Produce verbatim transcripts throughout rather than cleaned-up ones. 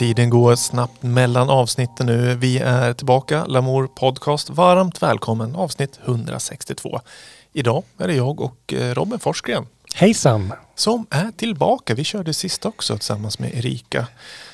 Tiden går snabbt mellan avsnitten nu. Vi är tillbaka, Lamour Podcast. Varmt välkommen, avsnitt etthundrasextiotvå. Idag är det jag och Robin Forsgren. Hejsan! Som är tillbaka. Vi körde sist också tillsammans med Erika.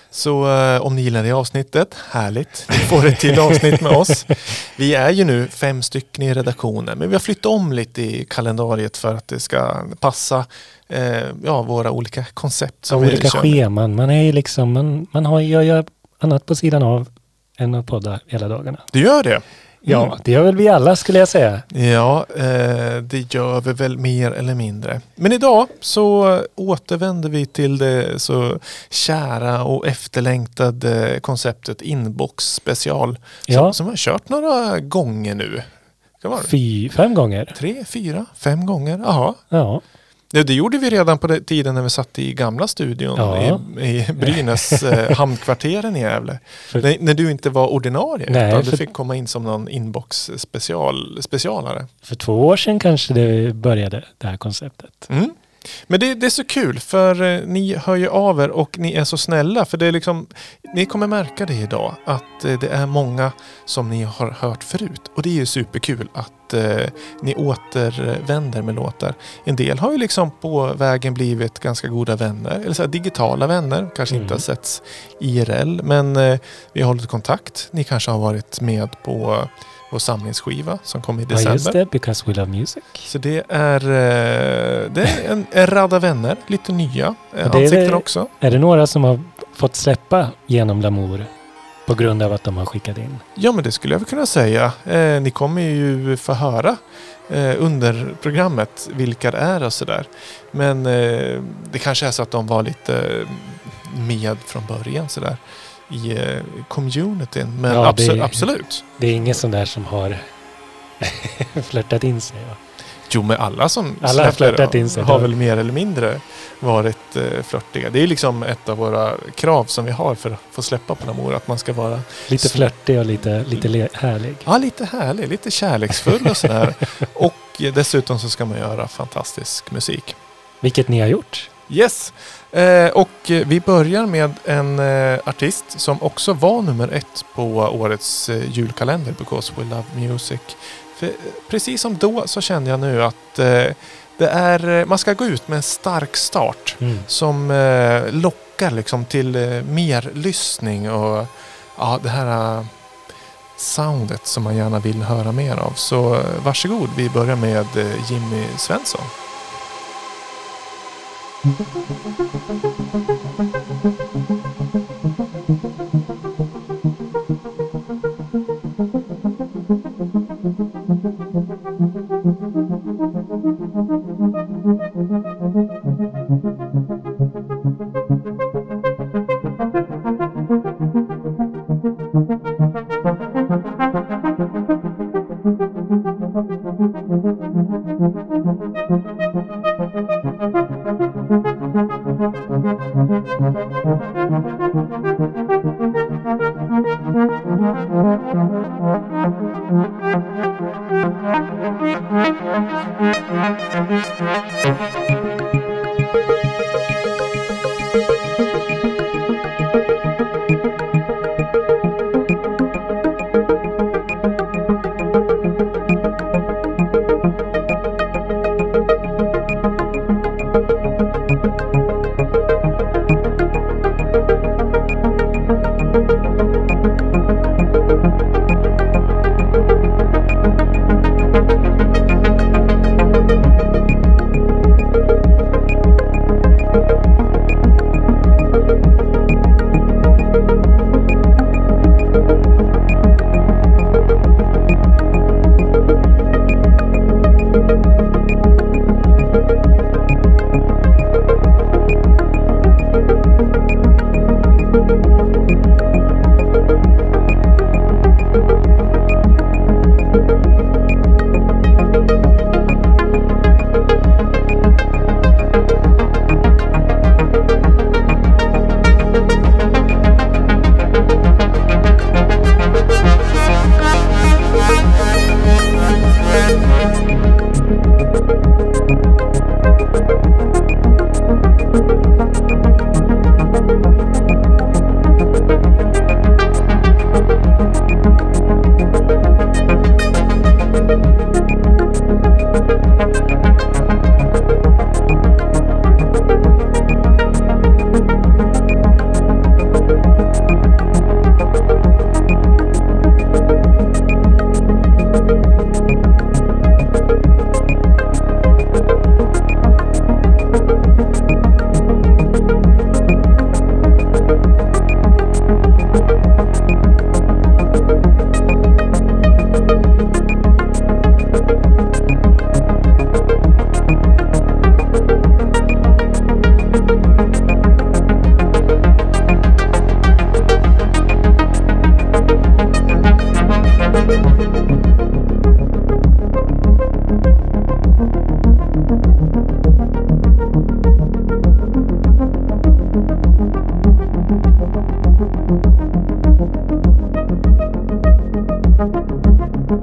Så eh, om ni gillar det avsnittet, härligt. Ni får ett till avsnitt med oss. Vi är ju nu fem stycken i redaktionen. Men vi har flyttat om lite i kalendariet för att det ska passa eh, ja, våra olika koncept. Som olika vi kör. scheman. Man är ju liksom, man, man har ju gör annat på sidan av än att podda hela dagarna. Du gör det? Ja, mm. det gör väl vi alla skulle jag säga. Ja, eh, det gör vi väl mer eller mindre. Men idag så återvänder vi till det så kära och efterlängtade konceptet Inbox special. Som, Ja. som har kört några gånger nu. Kan vara? Fy, fem gånger. Tre, fyra, fem gånger. Jaha. Ja. Det, det gjorde vi redan på den tiden när vi satt i gamla studion Ja. i, i Brynäs eh, hamnkvarteren i Gävle. För, När, när du inte var ordinarie. Nej, utan du för- fick komma in som någon inbox special, specialare. för två år sedan kanske det började, det här konceptet. Mm. Men det, det är så kul för eh, ni hör ju av er och ni är så snälla för det är liksom, ni kommer märka det idag att eh, det är många som ni har hört förut och det är ju superkul att eh, ni återvänder med låtar. En del har ju liksom på vägen blivit ganska goda vänner eller så här, digitala vänner, kanske Mm. inte har setts I R L men eh, vi har hållit kontakt. Ni kanske har varit med på vår samlingsskiva som kom i Ja, december. just det. Because we love music. Så det är, eh, det är en, en radda vänner, lite nya eh, Och det är ansikten väl- också. Är det några som har fått släppa genom Lamour på grund av att de har skickat in? Ja, men det skulle jag väl kunna säga. Eh, ni kommer ju få höra eh, under programmet vilka det är och sådär. Men eh, det kanske är så att de var lite med från början sådär i eh, communityn. Men Ja, abso- det- absolut. Det är ingen sån där som har flörtat in sig, va? Jo, men alla som Alla har släpper flörtat in sig har då. väl mer eller mindre varit eh, flörtiga. Det är liksom ett av våra krav som vi har för att få släppa på Lamour, att man ska vara Lite Så- flörtig och lite, lite le- härlig. ja, lite härlig, lite kärleksfull och sådär. Och eh, dessutom så ska man göra fantastisk musik. Vilket ni har gjort. Yes! Eh, och eh, vi börjar med en eh, artist som också var nummer ett på årets eh, julkalender, Because We Love Music. För, eh, precis som då så kände jag nu att eh, det är, eh, man ska gå ut med en stark start Mm. som eh, lockar liksom till eh, mer lyssning och ja, det här eh, soundet som man gärna vill höra mer av. Så eh, varsågod, vi börjar med eh, Jimmy Svensson.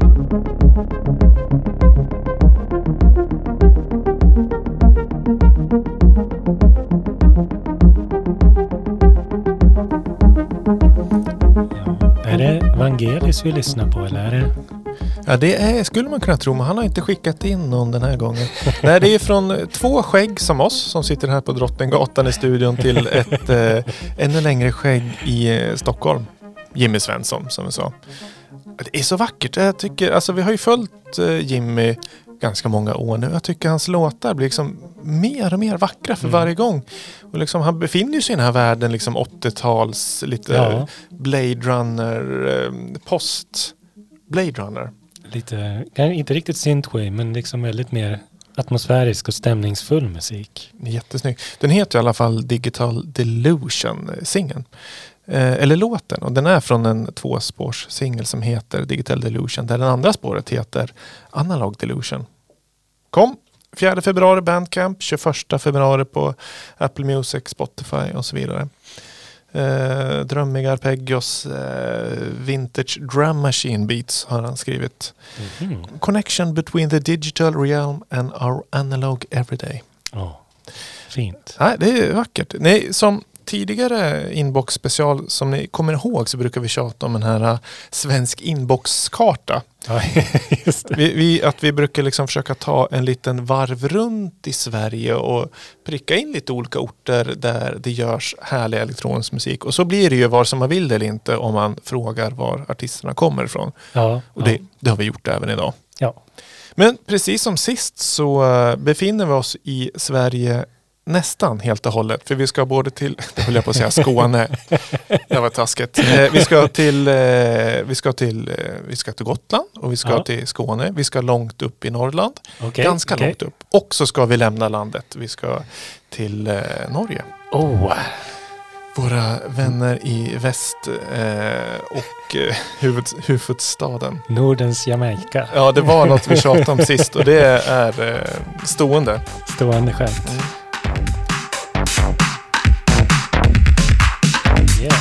Är det Vangelis vi lyssnar på eller är det? Ja, det är, skulle man kunna tro, men han har inte skickat in någon den här gången. Nej, det är från två skägg som oss som sitter här på Drottninggatan i studion till ett eh, ännu längre skägg i eh, Stockholm. Jimmy Svensson, som vi sa. Det är så vackert. Jag tycker, alltså, vi har ju följt eh, Jimmy ganska många år nu. Jag tycker hans låtar blir liksom mer och mer vackra för mm. varje gång. Och liksom, han befinner sig i den här världen liksom åttio-tals, lite ja. Blade Runner, eh, post Blade Runner. Lite, inte riktigt synthwave, men liksom väldigt mer atmosfärisk och stämningsfull musik. Jättesnygg. Den heter i alla fall Digital Delusion, singeln. Eh, eller låten. Och den är från en tvåspårssingel som heter Digital Delusion. Där den andra spåret heter Analog Delusion. Kom! fjärde februari Bandcamp, tjugoförsta februari på Apple Music, Spotify och så vidare. Eh, drömmiga arpeggios, eh, vintage drum machine beats har han skrivit. Mm-hmm. Connection between the digital realm and our analog everyday. Oh, fint. Nej, det är vackert. Nej, som tidigare inbox special, som ni kommer ihåg, så brukar vi tjata om den här uh, svensk inboxkarta. Ja, just det. Vi, vi, att vi brukar liksom försöka ta en liten varv runt i Sverige och pricka in lite olika orter där det görs härlig elektronisk musik. Och så blir det ju var som man vill eller inte om man frågar var artisterna kommer ifrån. Ja, och det, det har vi gjort även idag. Ja. Men precis som sist så uh, befinner vi oss i Sverige nästan helt och hållet. För vi ska både till, det höll jag på att säga, Skåne. Det var taskigt. Eh, vi ska till, eh, vi ska till, eh, vi ska till Gotland och vi ska ja. till Skåne. Vi ska långt upp i Norrland. Okay, Ganska okay. långt upp. Och så ska vi lämna landet. Vi ska till eh, Norge. Oh. Våra vänner i väst eh, och eh, huvud, huvudstaden. Nordens Jamaica. Ja, det var något vi tjatade om sist och det är eh, stående. Stående skämt. Mm. Yeah.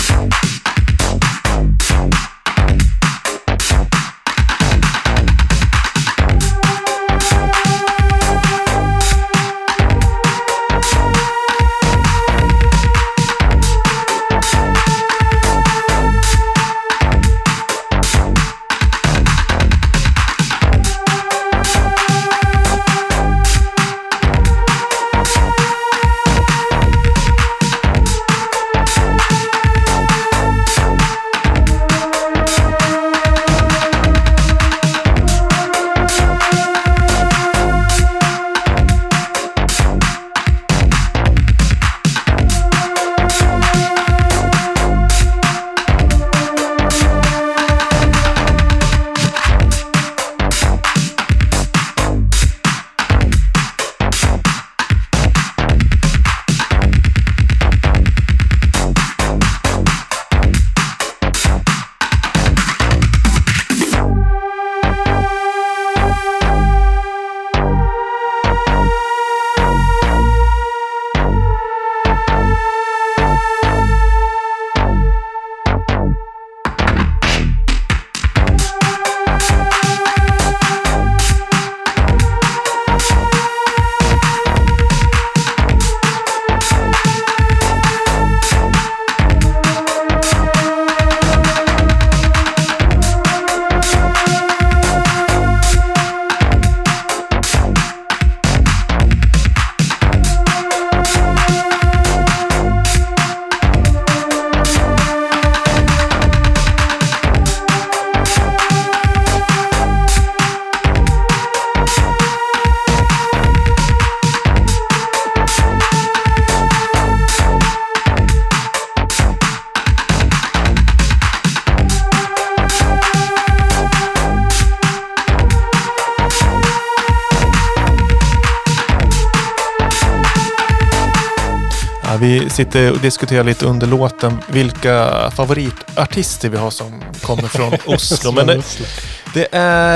Vi sitter och diskuterar lite under låten vilka favoritartister vi har som kommer från Oslo. Men det, det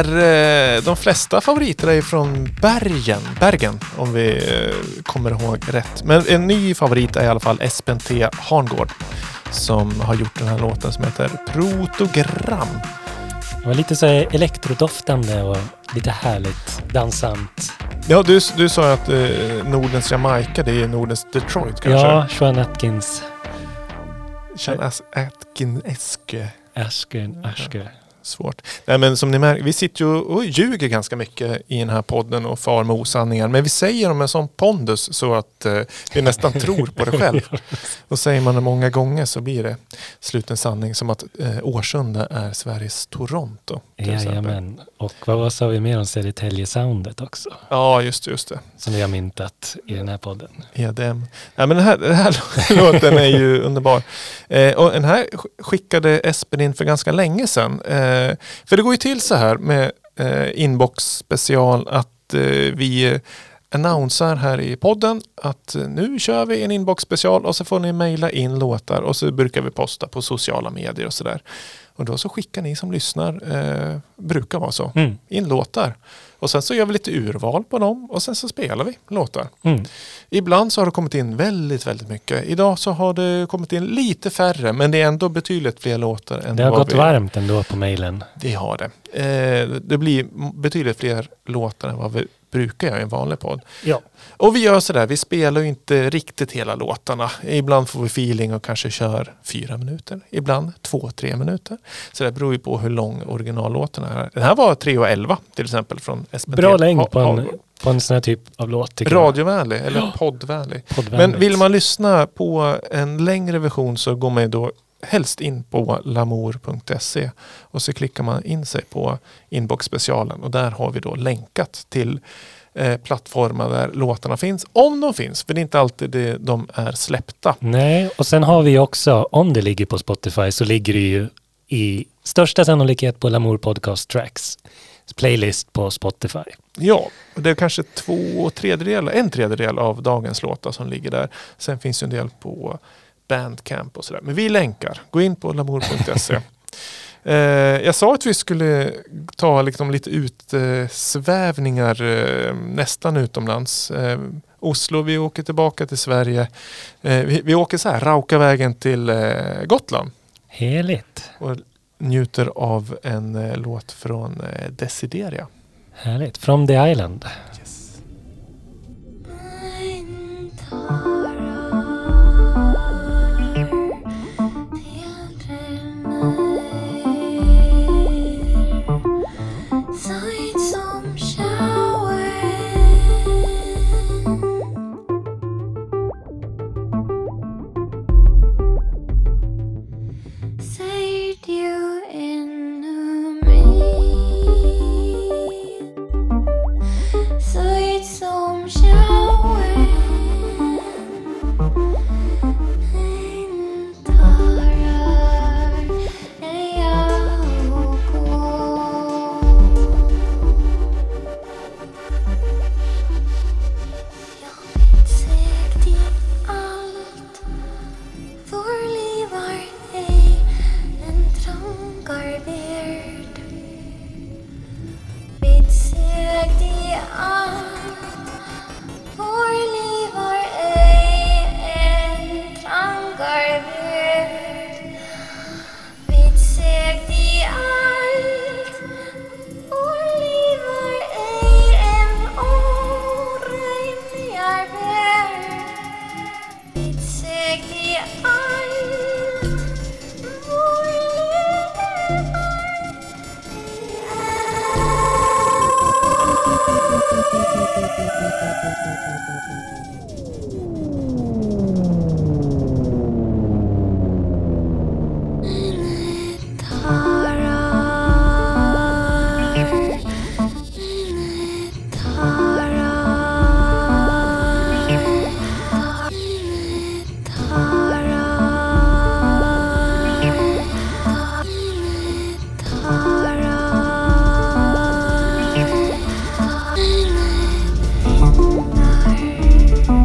är de flesta favoriter är från Bergen, Bergen om vi kommer ihåg rätt. Men en ny favorit är i alla fall Espen T. Harngård som har gjort den här låten som heter Protogram. Det var lite så här elektrodoftande och lite härligt dansant. Ja, du, du sa att eh, Nordens Jamaica, det är Nordens Detroit kanske? Ja, Sean Atkins. Sean Atkins-eske. Asken, Aske. Svårt. Nej, men som ni märker, vi sitter ju och ljuger ganska mycket i den här podden och far med osanningar. Men vi säger dem med sån pondus så att eh, vi nästan tror på det själv. Och säger man det många gånger så blir det sluten sanning, som att eh, Årsunda är Sveriges Toronto. Jajamän. Och vad sa vi mer om Södertälje-soundet också? Ja, just just det. Som vi har myntat i den här podden. E D M. Ja, men den här, den här låten är ju underbar. Eh, och den här skickade Espen in för ganska länge sedan. Eh, för det går ju till så här med eh, Inbox special att eh, vi annonsar här i podden att eh, nu kör vi en Inbox special och så får ni mejla in låtar och så brukar vi posta på sociala medier och sådär. Och då så skickar ni som lyssnar, eh, brukar vara så, Mm. in låtar. Och sen så gör vi lite urval på dem och sen så spelar vi låtar. Mm. Ibland så har det kommit in väldigt, väldigt mycket. Idag så har det kommit in lite färre, men det är ändå betydligt fler låtar än Det har vad gått vi... varmt ändå på mejlen. Det har det. Eh, det blir betydligt fler låtar än vad vi brukar göra i en vanlig podd. Ja. Och vi gör sådär, vi spelar ju inte riktigt hela låtarna. Ibland får vi feeling och kanske kör fyra minuter. Ibland två, tre minuter. Så det beror ju på hur lång originallåten är. Den här var tre och elva till exempel från S B T. Bra längd på Ha- en, på en sån här typ av låt, tycker jag. Radiovänlig eller Ja. poddvänlig. Poddvänligt. Men vill man lyssna på en längre version så går man ju då helst in på lamour punkt se och så klickar man in sig på Inbox-specialen och där har vi då länkat till eh, plattformar där låtarna finns, om de finns, för det är inte alltid det, de är släppta. Nej, och sen har vi också, om det ligger på Spotify så ligger det ju i största sannolikhet på Lamour Podcast Tracks playlist på Spotify. Ja, och det är kanske två tredjedelar, en tredjedel av dagens låtar som ligger där. Sen finns ju en del på Bandcamp och sådär. Men vi länkar. Gå in på lamour punkt se. eh, jag sa att vi skulle ta liksom lite utsvävningar eh, nästan utomlands. Eh, Oslo, vi åker tillbaka till Sverige. Eh, vi, vi åker så här, rauka vägen till eh, Gotland. Heligt. Och njuter av en eh, låt från eh, Desideria. Härligt. From the Island. Yes. Tara.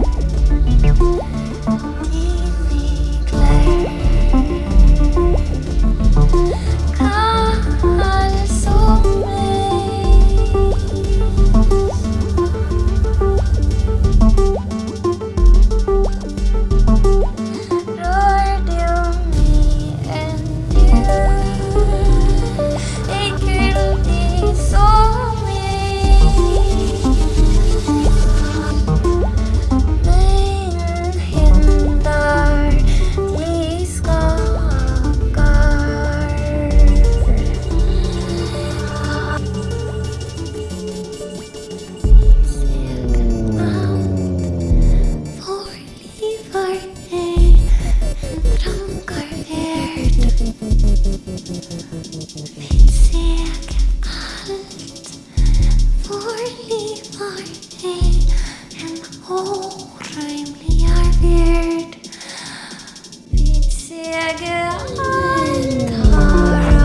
vår liv var ej en orimligare värld. Vid seger allt harar.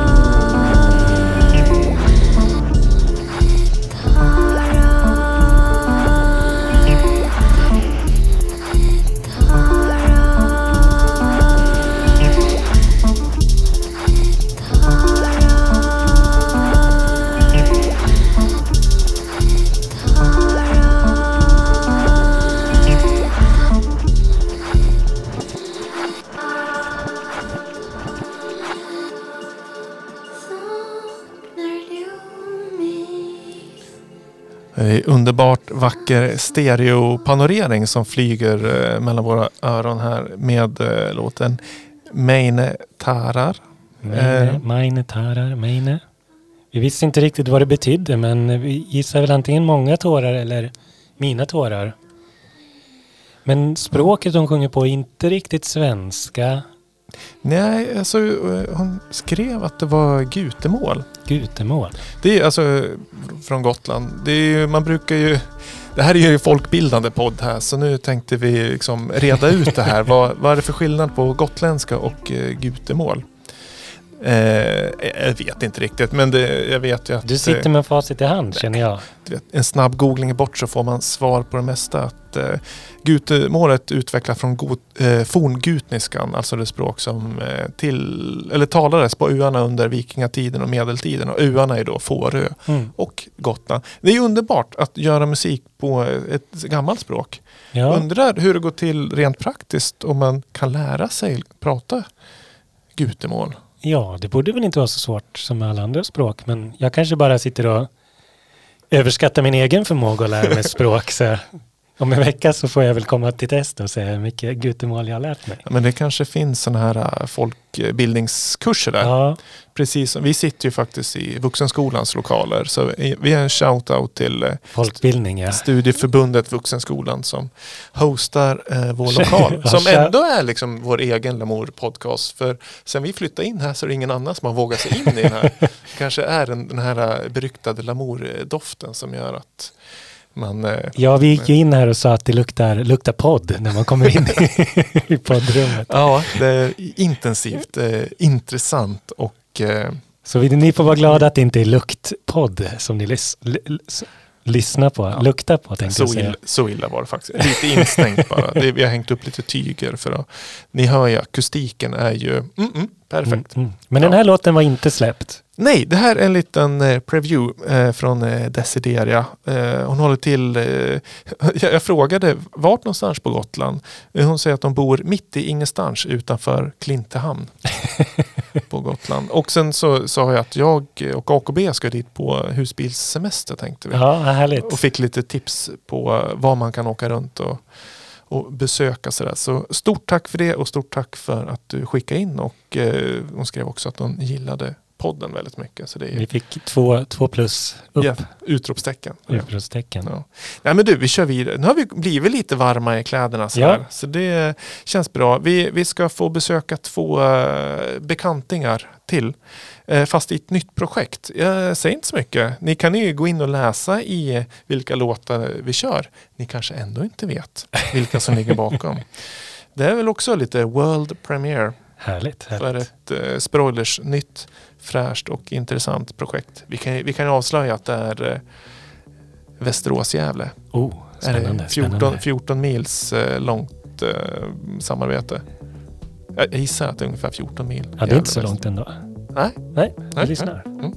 Underbart vacker stereopanorering som flyger eh, mellan våra öron här med eh, låten Meine Tarar. Meine, Eh, meine tarar, meine. Vi visste inte riktigt vad det betydde, men vi gissar väl antingen många tårar eller mina tårar. Men språket de sjunger på är inte riktigt svenska. nej, alltså eh, hon skrev att det var gutemål. Gutemål. Det är alltså från Gotland. Det är ju, man brukar ju... Det här är ju folkbildande podd här, så nu tänkte vi liksom reda ut det här. vad, vad är det för skillnad på gotländska och eh, gutemål? Eh, jag vet inte riktigt, men det, jag vet ju att... Du sitter med facit i hand, känner jag. Du vet, en snabb googling bort så får man svar på det mesta. Att eh, gutemålet utvecklas från go- eh, forngutniskan, alltså det språk som eh, till, eller talades på öarna under vikingatiden och medeltiden. Och öarna är då Fårö Mm. och Gotland. Det är underbart att göra musik på ett gammalt språk. Ja. Undrar hur det går till rent praktiskt om man kan lära sig prata gutemål. ja, det borde väl inte vara så svårt som med alla andra språk, men jag kanske bara sitter och överskattar min egen förmåga att lära mig språk. Så om en vecka så får jag väl komma till test och säga hur mycket gutemål jag har lärt mig. Ja, men det kanske finns såna här äh, folkbildningskurser där. Ja, Precis, vi sitter ju faktiskt i Vuxenskolans lokaler, så vi har en shout-out till eh, folkbildning, ja. Studieförbundet Vuxenskolan som hostar eh, vår lokal. Ja, som kär- ändå är liksom vår egen Lamour-podcast. För sen vi flyttade in här så är det ingen annan som har vågat sig in i den här. Kanske är den, den här eh, beryktade Lamour-doften som gör att man... Eh, Ja, vi gick ju in här och sa att det luktar, luktar podd när man kommer in i, i poddrummet. ja, det är intensivt, eh, intressant och... Eh, Så vi, ni får vara glada att det inte är luktpodd som ni lys, l, l, s- lyssnar på, Ja. luktar på, tänkte Så jag säga. illa, så illa var det faktiskt. Lite instängt bara. Det, vi har hängt upp lite tyger för att... Ni hör ju, akustiken är ju mm, mm, perfekt. Mm, mm. Men Ja. den här låten var inte släppt. Nej, det här är en liten eh, preview eh, från eh, Desideria. Eh, hon håller till... Eh, jag, jag frågade vart någonstans på Gotland. Eh, hon säger att de bor mitt i ingenstans utanför Klintehamn på Gotland. Och sen så sa jag att jag och A K B ska dit på husbilssemester, tänkte vi. Ja, härligt. Och fick lite tips på var man kan åka runt och, och besöka sådär. Så stort tack för det och stort tack för att du skickade in. Och eh, hon skrev också att hon gillade podden väldigt mycket. Så det är Vi fick två, två plus upp. ja, utropstecken. Utropstecken. Ja. Nej men du, vi kör vidare. Nu har vi blivit lite varma i kläderna så, Ja. här, så det känns bra. Vi, vi ska få besöka två uh, bekantingar till. Uh, fast i ett nytt projekt. Jag säger inte så mycket. Ni kan ju gå in och läsa i vilka låtar vi kör. Ni kanske ändå inte vet vilka som ligger bakom. Det är väl också lite world premiere Härligt. för härligt. ett uh, Sproilers nytt, fräscht och intressant projekt. Vi kan, vi kan ju avslöja att det är uh, Västerås-Gävle. Oh, spännande. Är det fjorton, spännande. fjorton mils eh, långt eh, samarbete. Jag gissar att det är ungefär fjorton mil. Ja, det är inte så Gävle långt ändå. väst. Nej. Nej, vi Nej, lyssnar. Mm.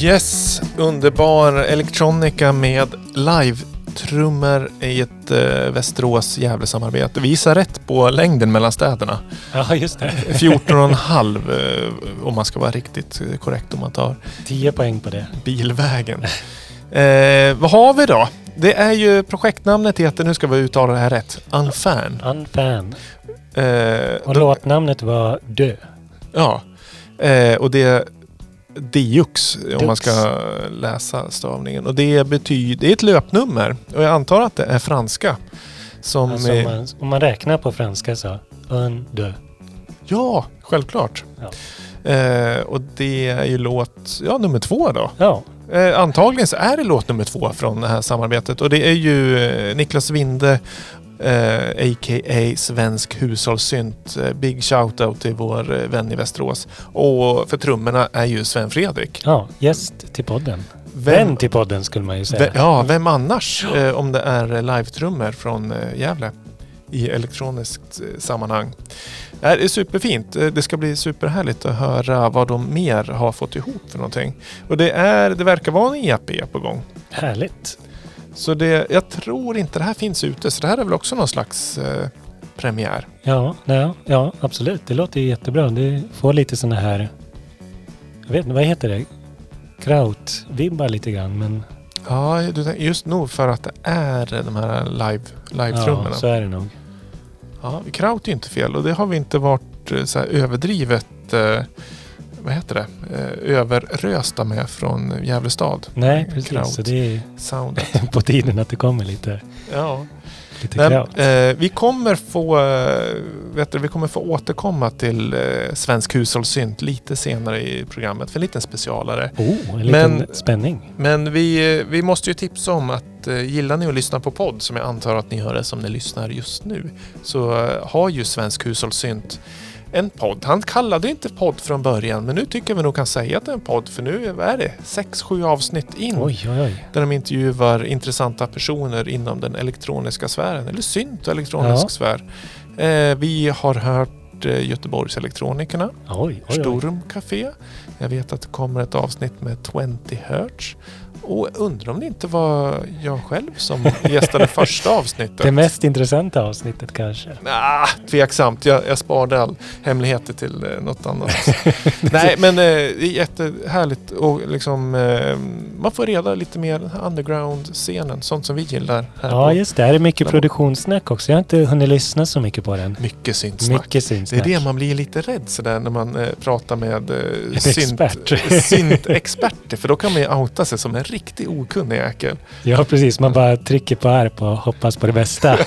Yes, underbar elektronika med live-trummor i ett eh, Västerås-Gävle-samarbete. Vi gissar rätt på längden mellan städerna. Ja, just det. fjorton och en halv eh, om man ska vara riktigt korrekt om man tar tio poäng på det. bilvägen. eh, vad har vi då? Det är ju projektnamnet heter, nu ska vi uttala det här rätt, Unfan. Unfan. Eh, Och då, låtnamnet var Dö. Ja, eh, och det Diux om Dux. man ska läsa stavningen. Och det betyder, det är ett löpnummer. Och jag antar att det är franska. Som Alltså, är, om, man, om man räknar på franska så un, dö. ja, självklart. Ja. Eh, och det är ju låt, ja, nummer två då. Ja, Eh, antagligen så är det låt nummer två från det här samarbetet. Och det är ju eh, Niklas Winde, eh, a k a Svensk hushållssynt. Eh, big shoutout till vår eh, vän i Västerås. Och för trummorna är ju Sven Fredrik. ja, gäst till podden. Vem- Vän till podden skulle man ju säga. Ve- Ja, vem annars eh, om det är live-trummor från eh, Gävle i elektroniskt eh, sammanhang. Det är superfint. Eh, Det ska bli superhärligt att höra vad de mer har fått ihop för någonting. Och det, är, det verkar vara en E P på gång. Härligt. Så det, jag tror inte det här finns ute. Så det här är väl också någon slags eh, premiär. Ja, nej, ja, absolut. Det låter ju jättebra. Det får lite såna här, jag vet inte, vad heter det? Kraut-vibbar lite grann, men Ja, du tänk- just nog för att det är de här live, live-trummorna. ja, så är det nog. Ja, kraut är inte fel och det har vi inte varit eh, så här överdrivet eh, vad heter det? Eh, överrösta med från Gävle stad. Nej, precis. Kraut. Så det är Soundet. på tiden att det kommer lite, Ja. lite Men, kraut. eh, vi kommer få eh, vet du, vi kommer få återkomma till eh, Svensk hushållssynt lite senare i programmet för en liten specialare. Oh, en liten men- spänning. Men vi, vi måste ju tipsa om att eh, gillar ni att lyssna på podd, som jag antar att ni hör det som ni lyssnar just nu, så eh, har ju Svensk hushållssynt en podd. Han kallade det inte podd från början, men nu tycker vi nog kan säga att det är en podd, för nu vad är det sex, sju avsnitt in Oj, oj, oj. där de intervjuar intressanta personer inom den elektroniska sfären, eller synt och elektronisk Ja. sfär. Eh, vi har hört eh, Göteborgs elektronikerna, Oj, oj, oj. Storum Café. Jag vet att det kommer ett avsnitt med tjugo hertz. Och undrar om det inte var jag själv som gästade första avsnittet. Det mest intressanta avsnittet kanske. Ah, tveksamt. Jag, jag sparade all hemligheter till eh, något annat. Nej, men eh, det är jättehärligt. Och liksom, eh, man får reda lite mer den här underground-scenen. Sånt som vi gillar här. Ja, på just det. Det är mycket Där- produktionssnack också. Jag har inte hunnit lyssna så mycket på den. Mycket syntsnack. Mycket Det är synsnack. det man blir lite rädd sådär när man eh, pratar med eh, En synt, expert. syntexperter. För då kan man ju outa sig som en riktigt okunnig jäkel. Ja, precis. Man bara trycker på R på och hoppas på det bästa.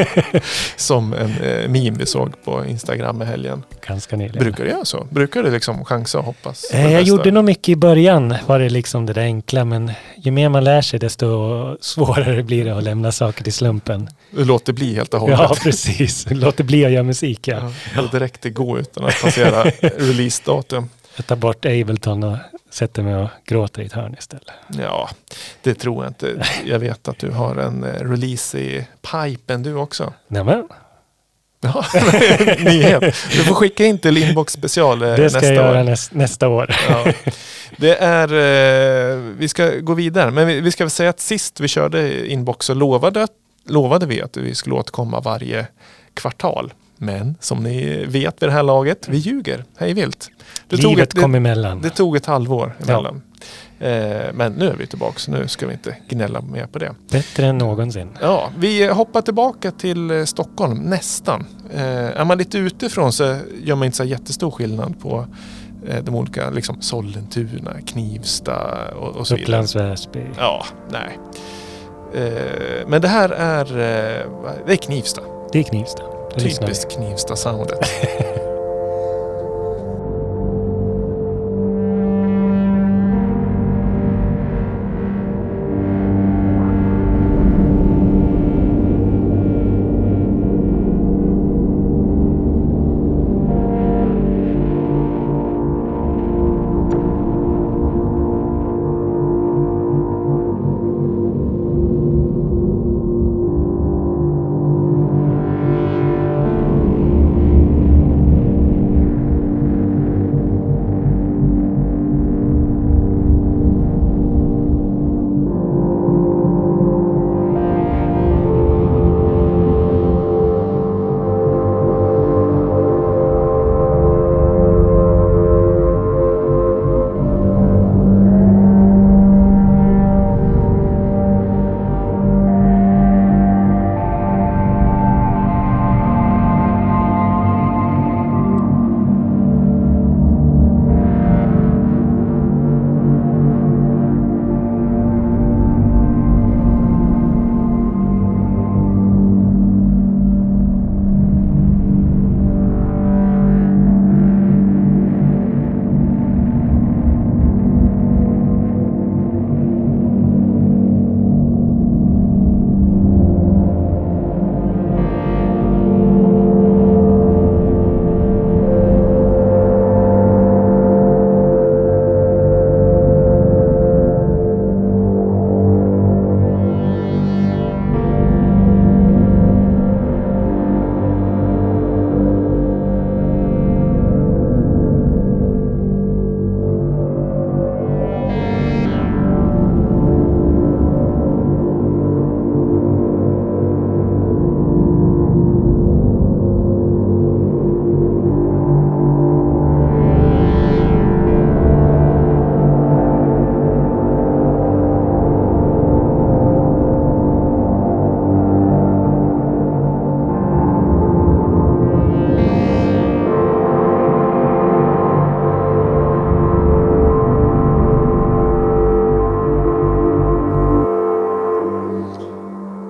Som en eh, meme vi såg på Instagram i helgen. Ganska nyligen. Brukar du göra så? Brukar du liksom chansa och hoppas? på Eh, det Jag bästa? gjorde nog mycket i början, var det liksom det där enkla, men ju mer man lär sig desto svårare blir det att lämna saker till slumpen. Du låter bli helt och hållet. Ja, precis. Låt det bli att göra musik, ja. Ja, eller direkt det går utan att passera releasedatum. Jag tar bort Ableton och sätter mig och gråter i ett hörn istället. Ja, det tror jag inte. Jag vet att du har en eh, release i pipen du också. Nämen, Ja, nyhet. Du får skicka in till Inbox special eh, det ska nästa jag göra år. näs- nästa år. Ja. Det är, eh, vi ska gå vidare, men vi, vi ska väl säga att sist vi körde Inbox så lovade, lovade vi att vi skulle återkomma varje kvartal. Men som ni vet vid det här laget, vi ljuger hej vilt. Det tog, Livet ett, det, kom emellan. det tog ett halvår emellan. Eh, men nu är vi tillbaka, så nu ska vi inte gnälla mer på det. Bättre än någonsin. Ja, vi hoppar tillbaka till eh, Stockholm, nästan. Eh, är man lite utifrån så gör man inte så jättestor skillnad på eh, de olika, liksom Sollentuna, Knivsta och, och så vidare. Upplands Väsby. Ja, nej. Eh, men det här är, eh, det är Knivsta. Det är Knivsta. Det lyssnar vi. Typiskt Knivsta-soundet.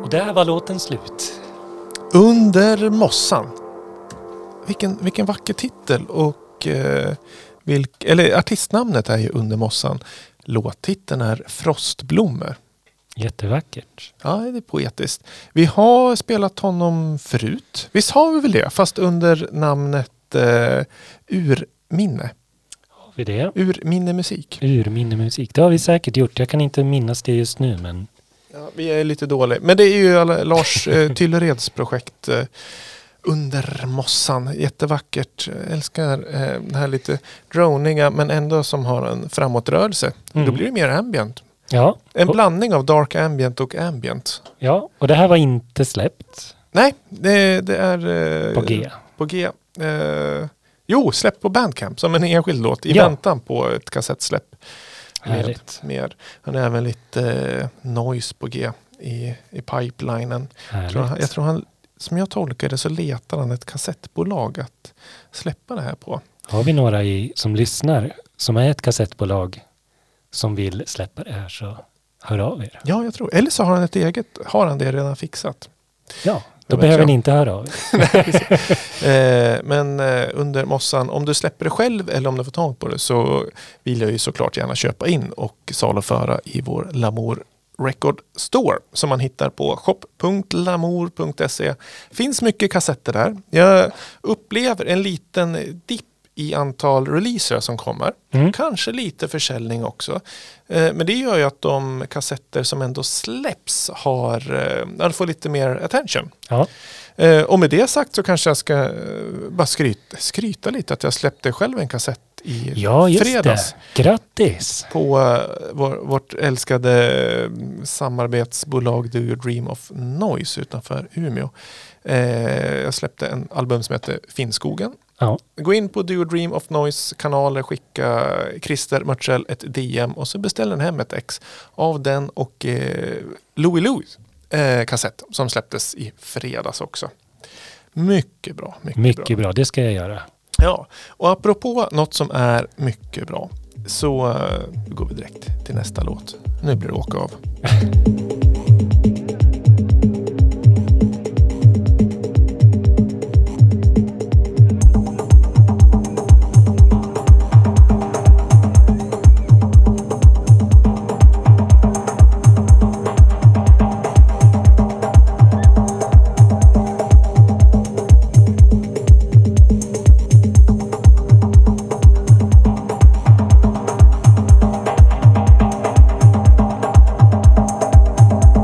Och där var låten slut. Under mossan. Vilken, vilken vacker titel. Och eh, vilk, eller artistnamnet är ju Under mossan. Låttiteln är Frostblommor. Jättevackert. Ja, det är poetiskt. Vi har spelat honom förut. Visst har vi väl det? Fast under namnet eh, Urminne. Har vi det? Urminne musik. Urminne musik. Det har vi säkert gjort. Jag kan inte minnas det just nu, men... Ja, vi är lite dåliga. Men det är ju alla, Lars eh, Tyllereds projekt eh, Under mossan. Jättevackert. Jag älskar eh, det här lite droniga men ändå som har en framåtrörelse. Mm. Då blir det mer ambient. Ja. En och, blandning av dark ambient och ambient. ja, och det här var inte släppt Nej, det, det är... Eh, på G. På G. Eh, jo, släpp på Bandcamp som en enskild låt i Ja. väntan på ett kassettsläpp. Med, Härligt. med, han är även lite eh, noise på G i, i pipelinen. Jag tror, han, Härligt. jag tror han, som jag tolkar det så letar han ett kassettbolag att släppa det här på. Har vi några i, som lyssnar som är ett kassettbolag som vill släppa det här, så hör av er. Ja, jag tror. Eller så har han ett eget, har han det redan fixat. Ja, då vet behöver jag. ni inte höra av er. Eh, men eh, Under mossan, om du släpper det själv eller om du får tag på det så vill jag ju såklart gärna köpa in och saluföra i vår Lamour Record Store som man hittar på shop punkt lamour punkt se. Finns mycket kassetter där. Jag upplever en liten dipp i antal releaser som kommer. Mm. Kanske lite försäljning också. Eh, men det gör ju att de kassetter som ändå släpps har, eh, får lite mer attention. Ja. Eh, och med det sagt så kanske jag ska eh, bara skryta, skryta lite att jag släppte själv en kassett i ja, just fredags. det. Grattis! På eh, vår, vårt älskade eh, samarbetsbolag Do You Dream of Noise utanför Umeå. Eh, jag släppte en album som heter Finnskogen. Ja. Gå in på Do You Dream of Noise kanaler, skicka Christer Mörtsell ett D M och så beställer den hem ett ex av den och eh, Louie Louis eh, kassett som släpptes i fredags också. Mycket bra. Mycket, Mycket bra. bra, det ska jag göra. Ja, och apropå något som är mycket bra så uh, går vi direkt till nästa låt. Nu blir det åka av. Thank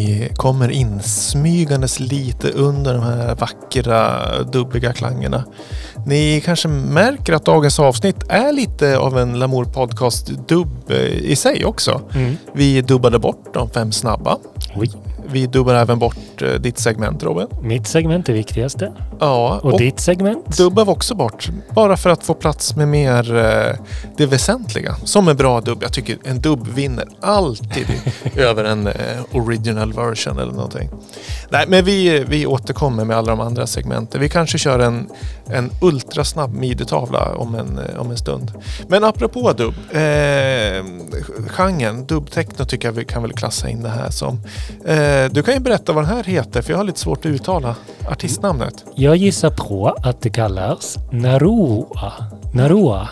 ni kommer insmygandes lite under de här vackra dubbiga klangerna. Ni kanske märker att dagens avsnitt är lite av en Lamour podcast-dubb i sig också. Mm. Vi dubbade bort de fem snabba. Oj. Vi dubbar även bort eh, ditt segment, Robin. Mitt segment är viktigaste. Ja, Och, och ditt segment? dubbar vi också bort. Bara för att få plats med mer eh, det väsentliga. Som en bra dubb. Jag tycker en dubb vinner alltid över en eh, original version eller någonting. Nej, men vi, vi återkommer med alla de andra segmenten. Vi kanske kör en, en ultrasnabb midetavla om en, eh, om en stund. Men apropå dubb. Eh, genren, dubbtechno tycker jag vi kan väl klassa in det här som. Eh, du kan ju berätta vad den här heter, för jag har lite svårt att uttala artistnamnet. Jag gissar på att det kallas Narua. Narua.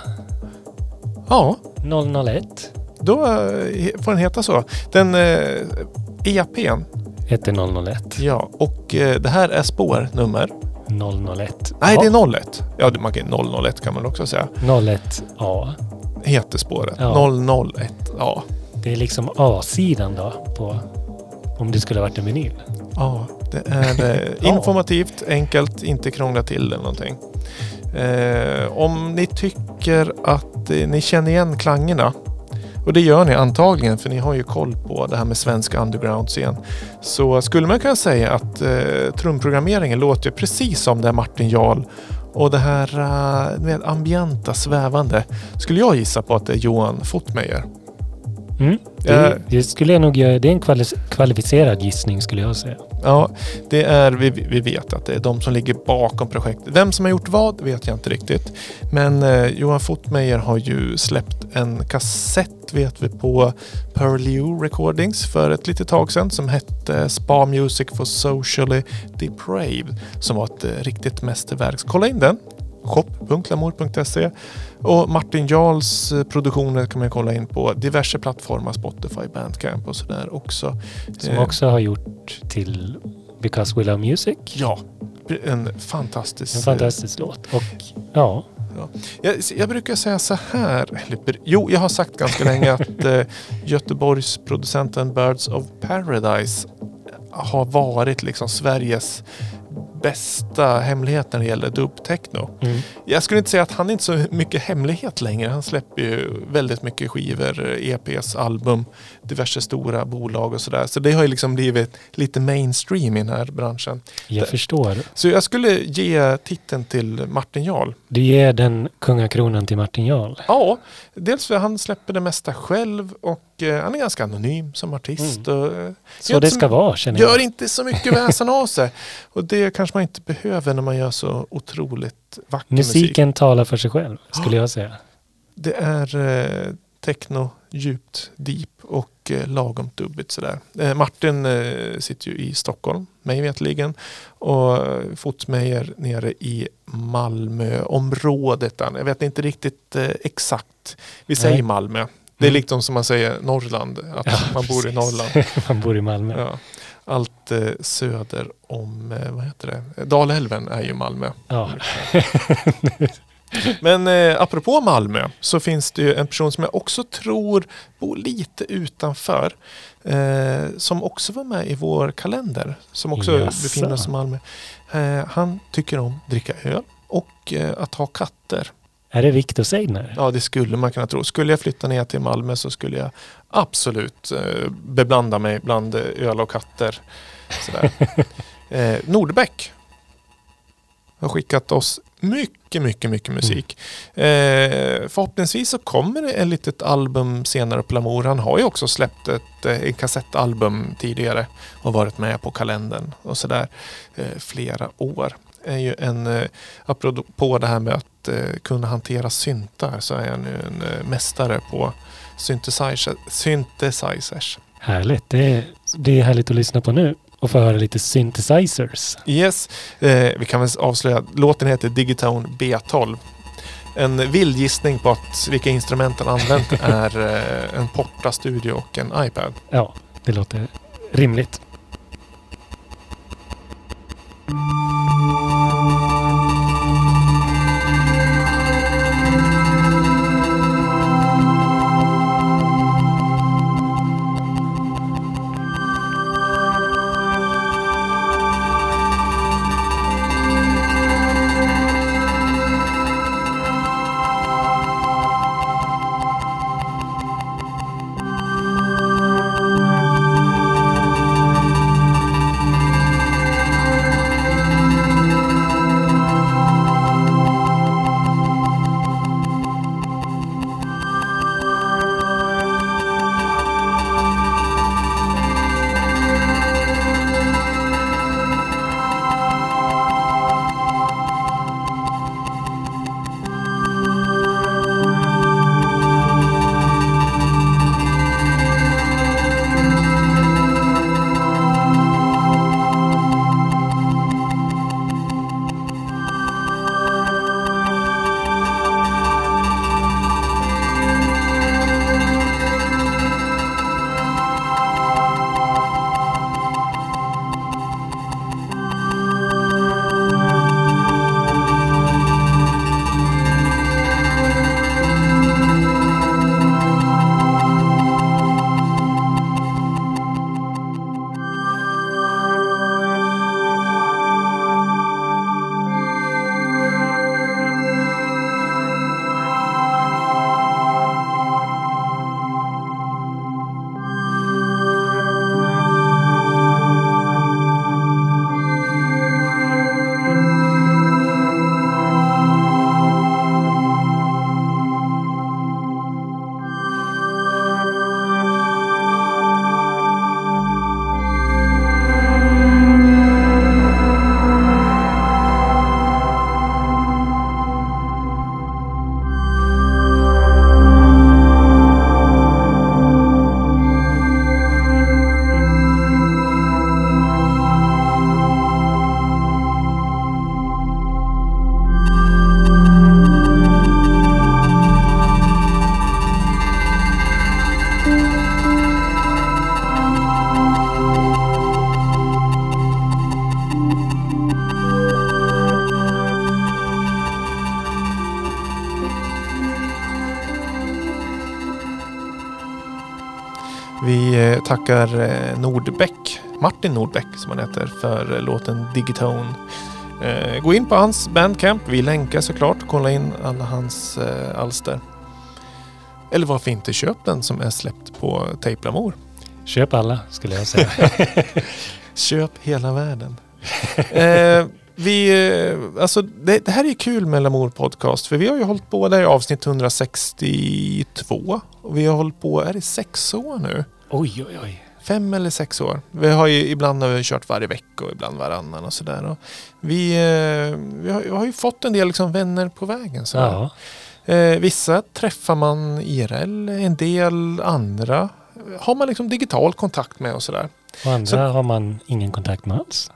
Ja, noll noll ett. då eh, får den heta så. Den eh, E P:n, Heter noll noll ett. ja, och eh, det här är spårnummer. noll noll ett. Nej, ja. det är noll ett. Ja, man kan noll noll ett kan man också säga. noll ett A. Heter spåret. Ja. noll noll ett, ja. Det är liksom A-sidan då på, om det skulle ha varit en vinyl. Ja, det är eh, Ja. informativt, enkelt, inte krångla till det någonting. Eh, om ni tycker att eh, ni känner igen klangerna, och det gör ni antagligen för ni har ju koll på det här med svenska underground-scen, så skulle man kunna säga att eh, trumprogrammeringen låter precis som det är Martin Jarl, och det här uh, med ambienta, svävande skulle jag gissa på att det är Johan Footmeyer. Mm. Det, det skulle jag nog göra. Det är en kvali- kvalificerad gissning skulle jag säga. Ja, det är, vi, vi vet att det är de som ligger bakom projektet. Vem som har gjort vad vet jag inte riktigt. Men eh, Johan Footmeyer har ju släppt en kassett, vet vi, på Pearl Recordings för ett litet tag sedan som hette Spa Music for Socially Depraved, som var ett eh, riktigt mästerverk. Så kolla in den. shop punkt lamour punkt se, och Martin Jarls produktioner kan man kolla in på diverse plattformar, Spotify, Bandcamp och sådär också. Som Eh, också har gjort till Because We Love Music. Ja, en fantastisk... En fantastisk låt. Och ja, Jag, jag brukar säga så här, eller, jo, jag har sagt ganska länge att eh, Göteborgs producenten Birds of Paradise har varit liksom Sveriges bästa hemlighet när det gäller dubbtechno. mm. Jag skulle inte säga att han är inte så mycket hemlighet längre. Han släpper ju väldigt mycket skivor, E P:s, album, diverse stora bolag och sådär. Så det har ju liksom blivit lite mainstream i den här branschen. jag Det- förstår. Så jag skulle ge titeln till Martin Jarl. Du ger den kungakronan till Martin Jarl. Ja, dels för han släpper det mesta själv och eh, han är ganska anonym som artist. Och, eh, Så gör det inte ska så- vara, känner Gör jag. inte så mycket väsen av sig. Och det kanske man inte behöver när man gör så otroligt vacker musik. Musiken talar för sig själv, skulle jag säga. Det är eh, techno, djupt, deep och eh, lagom dubbigt sådär. Eh, Martin eh, sitter ju i Stockholm, mig vetligen, och eh, Footmeyer nere i Malmöområdet. Jag vet inte riktigt eh, exakt. Vi säger Nej. Malmö. Det är Mm. liksom som man säger Norrland, att Ja, man bor i precis. Norrland. Man bor i Malmö. Ja. Allt eh, söder om, eh, vad heter det? Dalälven är ju Malmö. Ja. Men eh, apropå Malmö så finns det ju en person som jag också tror bor lite utanför. Eh, som också var med i vår kalender. Som också Jaså. befinner sig i Malmö. Eh, han tycker om att dricka öl och eh, att ha katter. Är det Victor Seidner? Ja, det skulle man kunna tro. Skulle jag flytta ner till Malmö så skulle jag absolut eh, beblanda mig bland eh, öl och katter. Sådär. eh, Nordbäck har skickat oss mycket, mycket, mycket musik. Eh, förhoppningsvis så kommer det ett litet album senare på Lamour. Han har ju också släppt ett, eh, ett kassettalbum tidigare och varit med på kalendern och sådär eh, flera år. Är ju en, eh, apropå det här med att eh, kunna hantera syntar, så är jag nu en eh, mästare på synthesizer, synthesizers. Härligt. Det är, det är härligt att lyssna på nu och få höra lite synthesizers. Yes, eh, vi kan väl avslöja. Låten heter Digitone B tolv. En vild gissning på att vilka instrument han använt är eh, en Porta Studio och en iPad. Ja, det låter rimligt. tackar eh, Nordbäck, Martin Nordbäck som han heter, för eh, låten Digitone. Eh, gå in på hans Bandcamp. Vi länkar såklart. Kolla in alla hans eh, alster. Eller varför inte köp den som är släppt på Tape Lamour. Köp alla, skulle jag säga. Köp hela världen. eh, vi, eh, alltså det, det här är kul med Lamour Podcast. För vi har ju hållit på, det är avsnitt etthundrasextiotvå. Och vi har hållit på, är det sex år nu? Oj, oj, oj. Fem eller sex år. Vi har ju ibland har vi kört varje vecka och ibland varannan och sådär. Och vi, eh, vi, har, vi har ju fått en del liksom vänner på vägen. Så Ja. eh, vissa träffar man I R L, en del andra har man liksom digital kontakt med och sådär. Och andra Så- har man ingen kontakt med alls.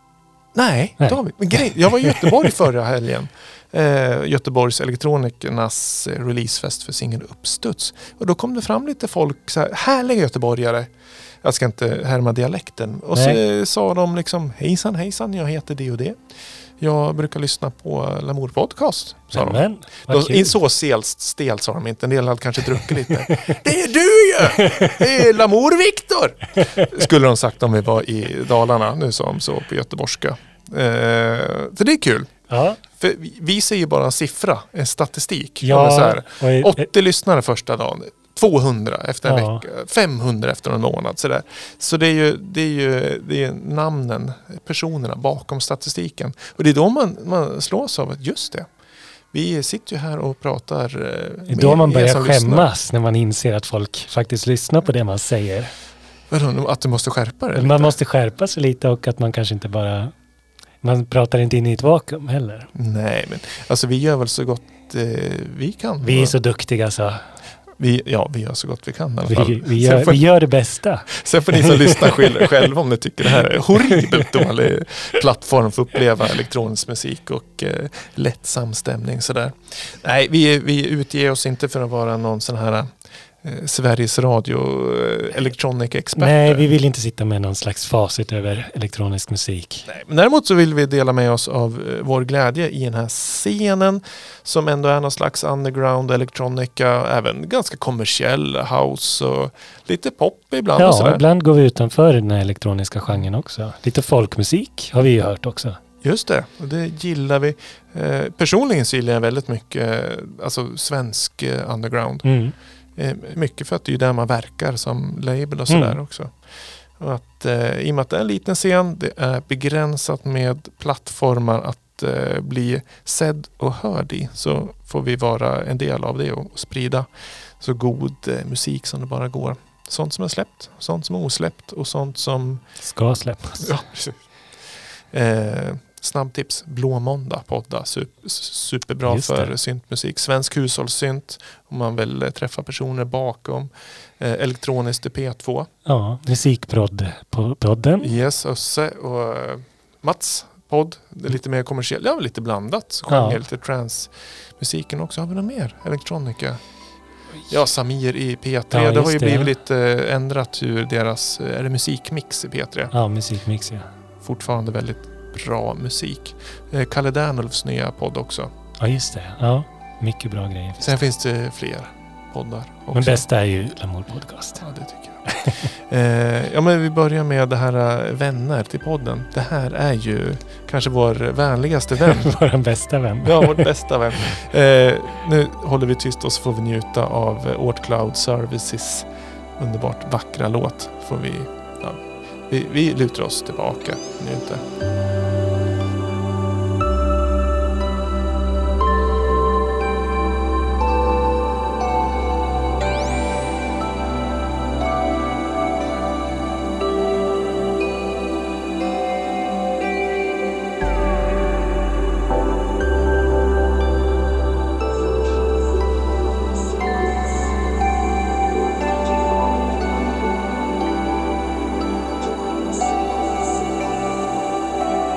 Nej, Nej. det har vi. Men grej, jag var i Göteborg förra helgen. Eh, Göteborgs elektronikernas eh, releasefest för singeln Uppstuds. Och då kom det fram lite folk, så här, härliga göteborgare. Jag ska inte härma dialekten. Och så Nej. eh, sa de liksom, hejsan hejsan, jag heter det och det. Jag brukar lyssna på Lamour Podcast, sa de. Men, vad De, kul. in så stelt, stelt sa de inte. En del hade kanske druckit lite. Det är du ju! Det är Lamour Viktor! Skulle de sagt om vi var i Dalarna. Nu sa de så på göteborgska. Eh, så det är kul. Ja, För vi, vi ser ju bara en siffra, en statistik. ja Så här, och i- åttio lyssnare första dagen. tvåhundra efter en Ja. vecka. femhundra efter en månad. Så, där. Så det är ju, det är ju det är namnen, personerna bakom statistiken. Och det är då man, man slås av att just det. Vi sitter ju här och pratar. eh, det är då med man er börjar som lyssnar. skämmas när man inser att folk faktiskt lyssnar på det man säger. Vadå, att du måste skärpa det? Man lite? måste skärpa sig lite och att man kanske inte bara... Man pratar inte in i ett vakuum heller. Nej, men alltså vi gör väl så gott eh, vi kan. Vi är så duktiga så vi, ja, vi gör så gott vi kan i alla fall. vi, vi, Sen gör, får- vi gör det bästa. Sen får ni som lyssnar själv, själva om ni tycker det här är horribelt dålig plattform för att uppleva elektronisk musik och eh, lättsam stämning sådär. Nej, vi, vi utger oss inte för att vara någon sån här eh, Sveriges Radio eh, electronic expert. Nej, vi vill inte sitta med någon slags facit över elektronisk musik. Nej, men däremot så vill vi dela med oss av eh, vår glädje i den här scenen som ändå är någon slags underground elektronika, även ganska kommersiell house och lite pop ibland och Ja, sådär. ibland går vi utanför den här elektroniska genren också. Lite folkmusik har vi ju hört också. Just det, och det gillar vi. Eh, personligen så gillar jag väldigt mycket eh, alltså svensk eh, underground. Mm. Eh, mycket för att det är ju där man verkar som label och sådär Mm. också. Och att, eh, I och med att det är en liten scen, det är begränsat med plattformar att eh, bli sedd och hörd i, så får vi vara en del av det och sprida så god eh, musik som det bara går. Sånt som är släppt, sånt som är osläppt och sånt som... Ska släppas. Ja, precis. Eh, snabbtips, Blå Måndag podda, super, superbra Just det. för syntmusik. Svensk hushållssynt om man vill eh, träffa personer bakom. Eh, elektroniskt i P två. Ja, musikprodd-podden. Yes, Össe och eh, Mats podd. Det är lite mer kommersiellt, ja lite blandat. Så Ja. sjunger lite trance-musiken också. Har vi något mer? Elektronika? Ja, Samir i P tre. Ja, det har just ju det. blivit lite eh, ändrat hur deras, eh, är det musikmix i P tre? Ja, musikmix ja. Fortfarande väldigt bra musik. Eh, Kalle Dernulfs nya podd också. Ja, just det. Ja, mycket bra grejer. Sen finns det fler poddar också. Men bästa är ju Lamour Podcast. Ja, det tycker jag. eh, ja, men vi börjar med det här eh, vänner till podden. Det här är ju kanske vår vänligaste vän. Vår bästa vän. Ja, vår bästa vän. Eh, nu håller vi tyst och så får vi njuta av eh, Ort Cloud Services underbart vackra låt. Får vi, ja, vi, vi lutar oss tillbaka. Njuter. Thank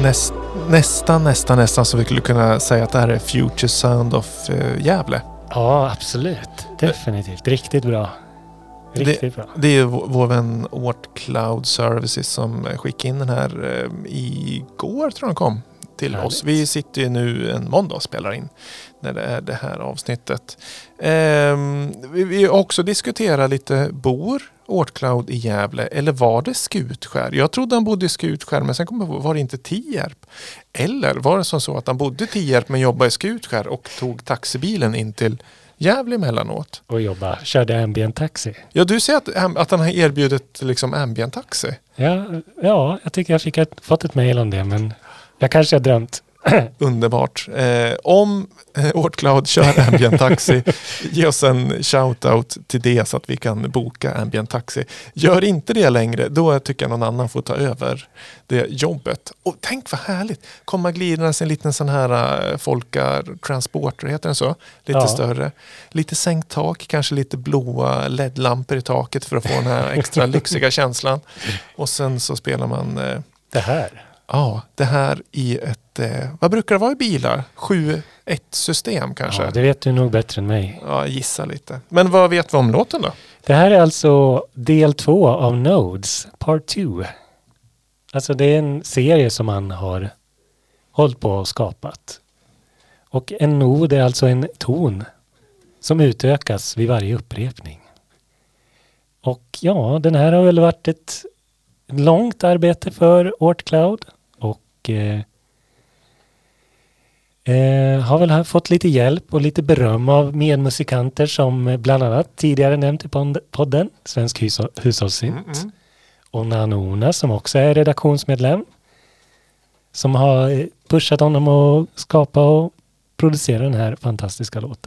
näst, nästan, nästan, nästan så vi skulle kunna säga att det här är Future Sound of uh, Gävle. Ja, absolut. Definitivt. Riktigt bra. Riktigt det, bra. Det är vår, vår vän Ort Cloud Services som skickade in den här uh, igår, tror jag den kom till Härligt. oss. Vi sitter ju nu en måndag och spelar in när det är det här avsnittet. Um, vi, vi också diskuterar lite, bor Ort Cloud i Gävle eller var det Skutskär? Jag trodde han bodde i Skutskär, men sen kom jag på, var det inte Tierp? Eller var det som så att han bodde i Tierp men jobbade i Skutskär och tog taxibilen in till Gävle emellanåt? Och jobba, körde ambient taxi. Ja, du säger att, att han har erbjudit liksom ambient taxi. Ja, ja, jag tycker jag fick ett, fått ett mejl om det, men jag kanske har drömt. Underbart. Eh, om eh, Ort Cloud kör ambient taxi, ge oss en shoutout till det så att vi kan boka ambient taxi. Gör inte det längre, då tycker jag någon annan får ta över det jobbet. Och tänk vad härligt, komma glidandes en liten sån här uh, folka transporter, heter den så? Lite Ja. större. Lite sänkt tak, kanske lite blåa L E D-lampor i taket för att få den här extra lyxiga känslan. Och sen så spelar man... Uh, Det här. Ja, det här i ett, eh, vad brukar det vara i bilar? sju ett system kanske? Ja, det vet du nog bättre än mig. Ja, gissa lite. Men vad vet vi om låten då? Det här är alltså del två av Nodes, part two. Alltså det är en serie som man har hållit på och skapat. Och en nod är alltså en ton som utökas vid varje upprepning. Och ja, den här har väl varit ett långt arbete för Ort Cloud och eh, eh, har väl fått lite hjälp och lite beröm av medmusikanter som bland annat tidigare nämnt i podden, Svensk hushåll- hushållssynt, Mm, mm. och Nanona som också är redaktionsmedlem som har pushat honom att skapa och producera den här fantastiska låten.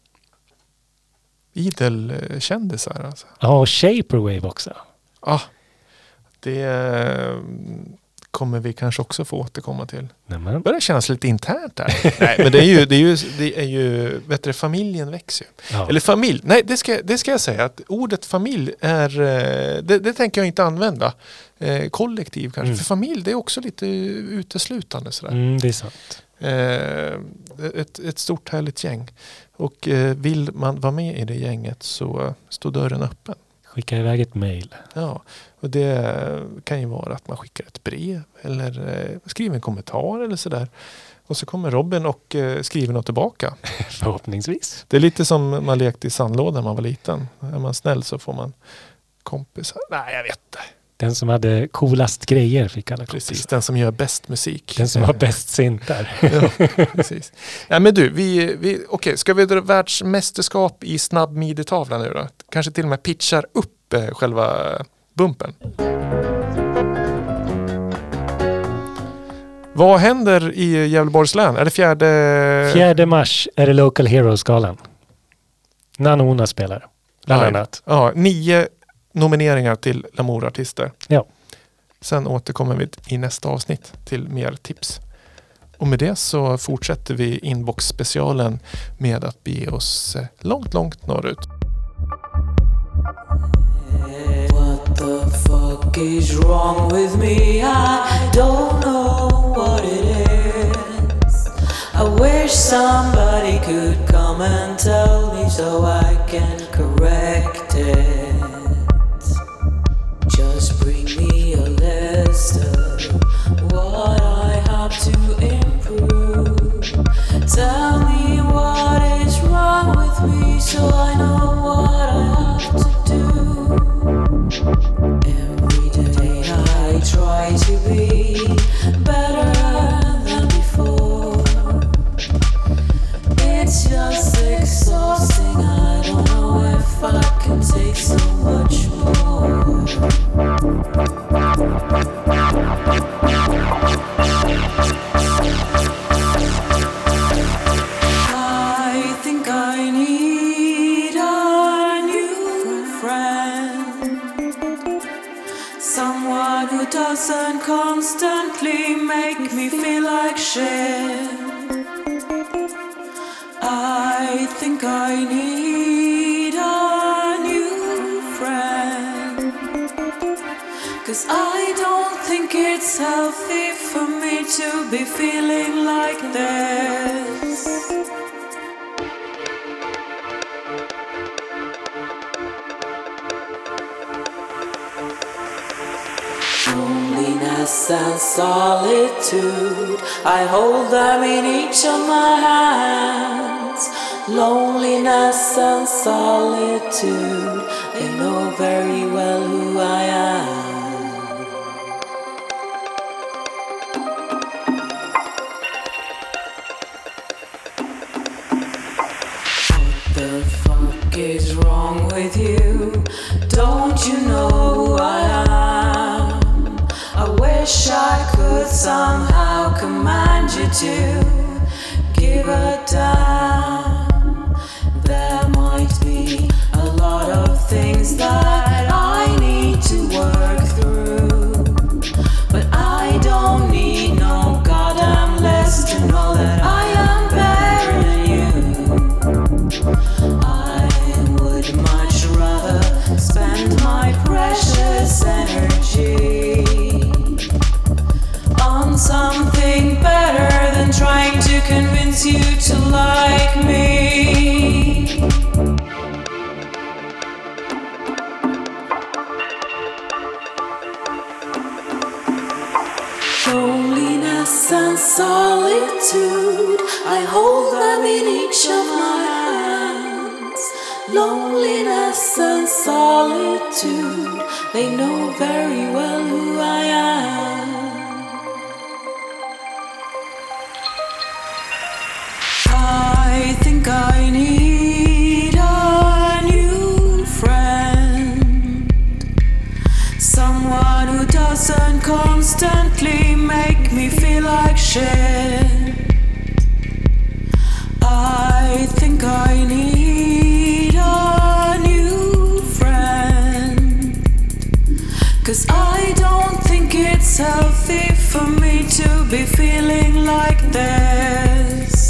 Idel eh, kändisar alltså. Ja, och Shaperwave också. Ah, det eh, kommer vi kanske också få återkomma till. Nämen. Det börjar kännas lite internt där. Nej, men det är ju, det är ju, det är ju vet du, familjen växer ju. Ja. Eller familj. Nej, det ska, det ska jag säga. Att ordet familj är... eh, Det, det tänker jag inte använda. Eh, kollektiv kanske. Mm. För familj, det är också lite uteslutande sådär. Mm, det är sant. Eh, ett, ett stort härligt gäng. Och eh, vill man vara med i det gänget så står dörren öppen. Skicka iväg ett mejl. Ja, och det kan ju vara att man skickar ett brev eller eh, skriver en kommentar eller sådär. Och så kommer Robin och eh, skriver något tillbaka. Förhoppningsvis. Det är lite som man lekte i sandlådan när man var liten. Är man snäll så får man kompisar. Nej, jag vet inte. Den som hade coolast grejer fick alla Precis, kompisar. den som gör bäst musik. Den som har bäst syntar. Ja, precis. Ja, men du, vi, vi, okej, okay, ska vi dra världsmästerskap i snabb midjetavla nu då? Kanske till och med pitchar upp eh, själva bumpen. Vad händer i Gävleborgs län? Är det fjärde... Fjärde mars är det Local Hero-skalan. Nanona spelar. Bland Ja, annat. Ja, nio nomineringar till Lamour-artister. Ja. Sen återkommer vi i nästa avsnitt till mer tips. Och med det så fortsätter vi inbox-specialen med att bege oss eh, långt, långt norrut. What the fuck is wrong with me? I don't know what it is. I wish somebody could come and tell me so I can correct it. Just bring me a list of what I have to improve. Tell me what is wrong with me so I know what I have to do. Every day I try to be better than before. It's just exhausting. I don't know if I can take so much more. I think I need a new friend. Someone who doesn't constantly make me feel like shit. I think I need a new friend. 'Cause I don't think it's healthy for me to be feeling like this. Loneliness and solitude, I hold them in each of my hands. Loneliness and solitude, they know very well who I am. What the fuck is wrong with you? Don't you know who I am? I wish I could somehow command you to give a damn. There might be a lot of things that I need to work through, but I don't need no goddamn list to know that I am better than you. I would much rather spend my precious energy on something better than trying to convince you to like me. Loneliness and solitude, I hold them in each of my hands. Loneliness and solitude, they know very well who I am. I think I need a new friend, someone who doesn't constantly make me feel like shit. I think I need a new friend, 'cause I don't think it's healthy for me to be feeling like this.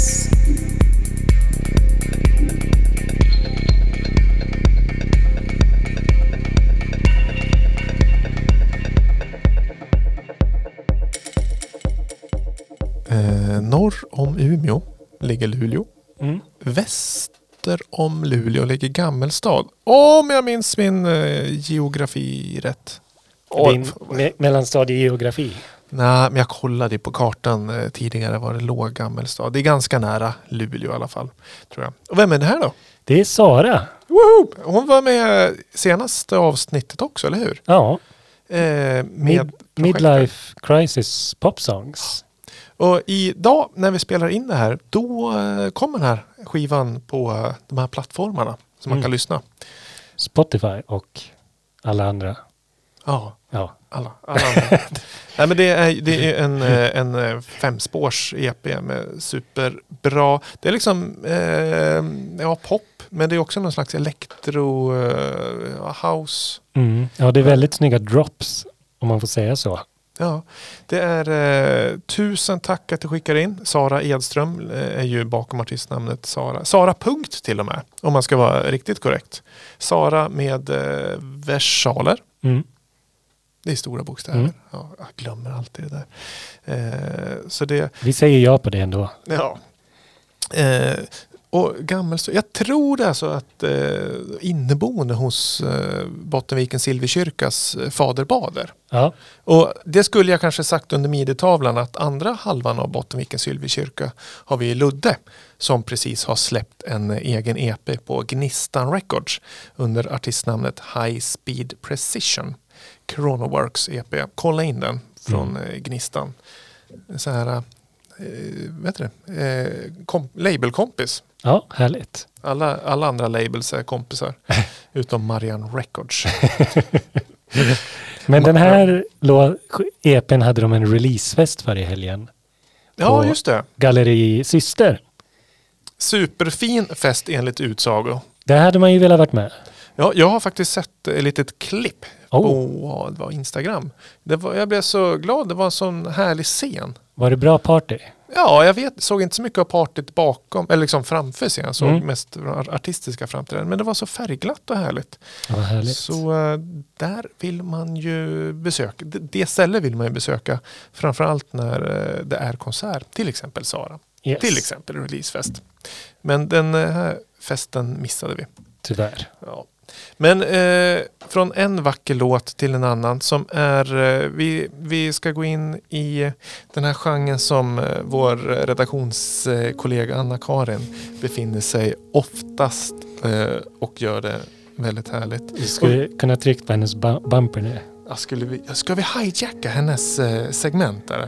Eh, norr om Umeå ligger Luleå. Mm. Väster om Luleå ligger Gammelstad. Om jag minns min eh, geografi rätt. Åh, Din me- mellanstadiegeografi. Nej, men jag kollade på kartan eh, tidigare var det låg Gammelstad. Det är ganska nära Luleå i alla fall, tror jag. Och vem är det här då? Det är Sara. Woho! Hon var med senaste avsnittet också, eller hur? Ja. Eh, med Mid- projektet. midlife crisis pop songs. Och idag när vi spelar in det här, då eh, kommer den här skivan på eh, de här plattformarna som man Mm. kan lyssna. Spotify och alla andra. Ja, Ja. alla. alla andra. Nej, men det är, det är en, eh, en eh, femspårs E P med superbra. Det är liksom eh, ja, pop, men det är också någon slags elektro eh, house. Mm. Ja, det är väldigt snygga drops om man får säga så. Ja, det är eh, tusen tack att du skickar in. Sara Edström eh, är ju bakom artistnamnet Sara. Sara punkt till och med, om man ska vara riktigt korrekt. Sara med eh, versaler. Mm. Det är stora bokstäver. Mm. Ja, jag glömmer alltid det där. Eh, så det, Vi säger ja på det ändå. ja. Eh, och Gammelstad, jag tror det är så att eh, inneboende hos eh, Bottenvikens Silverkyrkas eh, faderbader. Ja. Och det skulle jag kanske sagt under midjetavlan att andra halvan av Bottenvikens Silverkyrka har vi i Ludde som precis har släppt en egen E P på Gnistan Records under artistnamnet High Speed Precision. Chronoworks E P. Kolla in den från mm. Gnistan. Så här, eh, vet du det? Eh, kom, labelkompis. Ja, härligt. Alla, alla andra labels är kompisar. utom Marianne Records. Men den här lå- E P:n hade de en releasefest för i helgen. Ja, på just det. Galleri Syster. Superfin fest enligt utsago. Där hade man ju velat varit med. Ja, jag har faktiskt sett ett litet klipp Oh. på det var Instagram. Det var, jag blev så glad. Det var en sån härlig scen. Var det bra party? Ja, jag vet, såg inte så mycket av partyt bakom, eller liksom framför sig. Jag såg Mm. mest artistiska framträdanden. Men det var så färgglatt och härligt. Ja, vad härligt. Så uh, där vill man ju besöka. Det, det stället vill man ju besöka. Framförallt när uh, det är konsert. Till exempel Sara. Yes. Till exempel releasefest. Men den här festen missade vi. Tyvärr. Ja. Men eh, från en vacker låt till en annan som är, eh, vi, vi ska gå in i den här genren som eh, vår redaktionskollega Anna-Karin befinner sig oftast eh, och gör det väldigt härligt. Du skulle kunna trycka på hennes bu- bumper nu. Ja, skulle vi, ska vi hijacka hennes eh, segment där?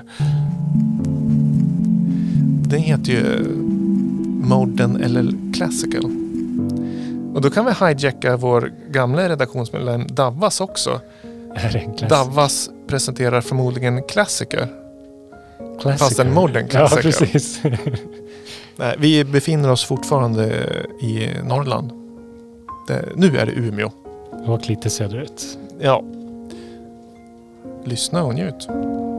Den heter ju Modern eller Classical. Och då kan vi hijacka vår gamla redaktionsmedlem Davas också. Är det en klass- Davas presenterar förmodligen klassiker. klassiker? Fast en modern Ja, klassiker. precis. Nej, vi befinner oss fortfarande i Norrland. Det, nu är det Umeå. Och lite söderut. Ja. Lyssna och njut.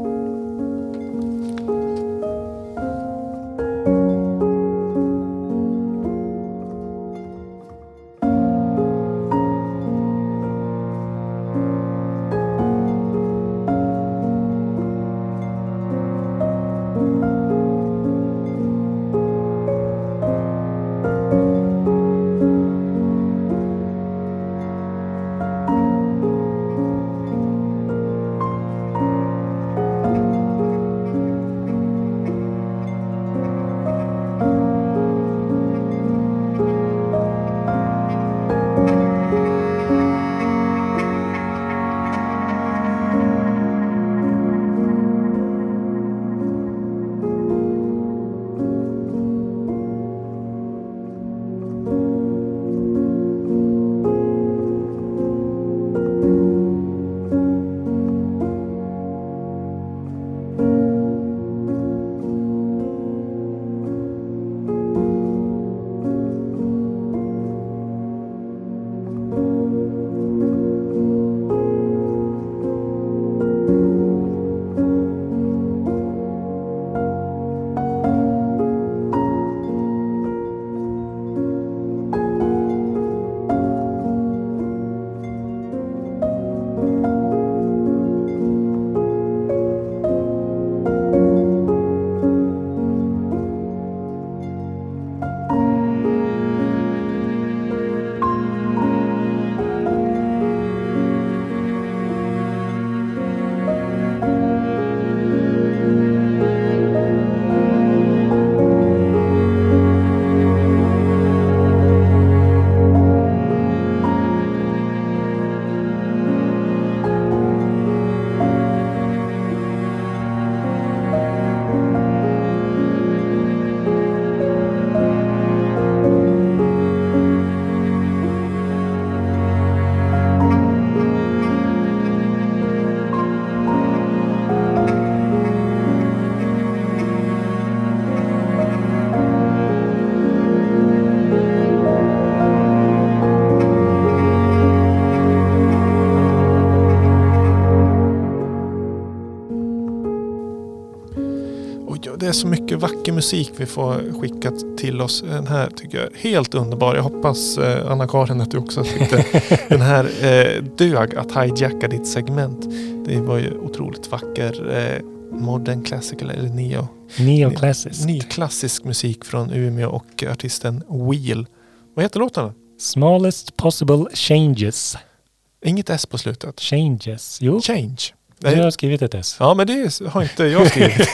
Det är så mycket vacker musik vi får skickat till oss. Den här tycker jag är helt underbar. Jag hoppas eh, Anna-Karin att du också tyckte den här eh, dög att hijacka ditt segment. Det var ju otroligt vacker eh, modern classical eller neo. Neoklassisk. Ny klassisk musik från Umeå och artisten Wheel. Vad heter låten? Smallest possible changes. Inget S på slutet. Changes. Jo, Change. jag har skrivit ett S. Ja, men det har inte jag skrivit.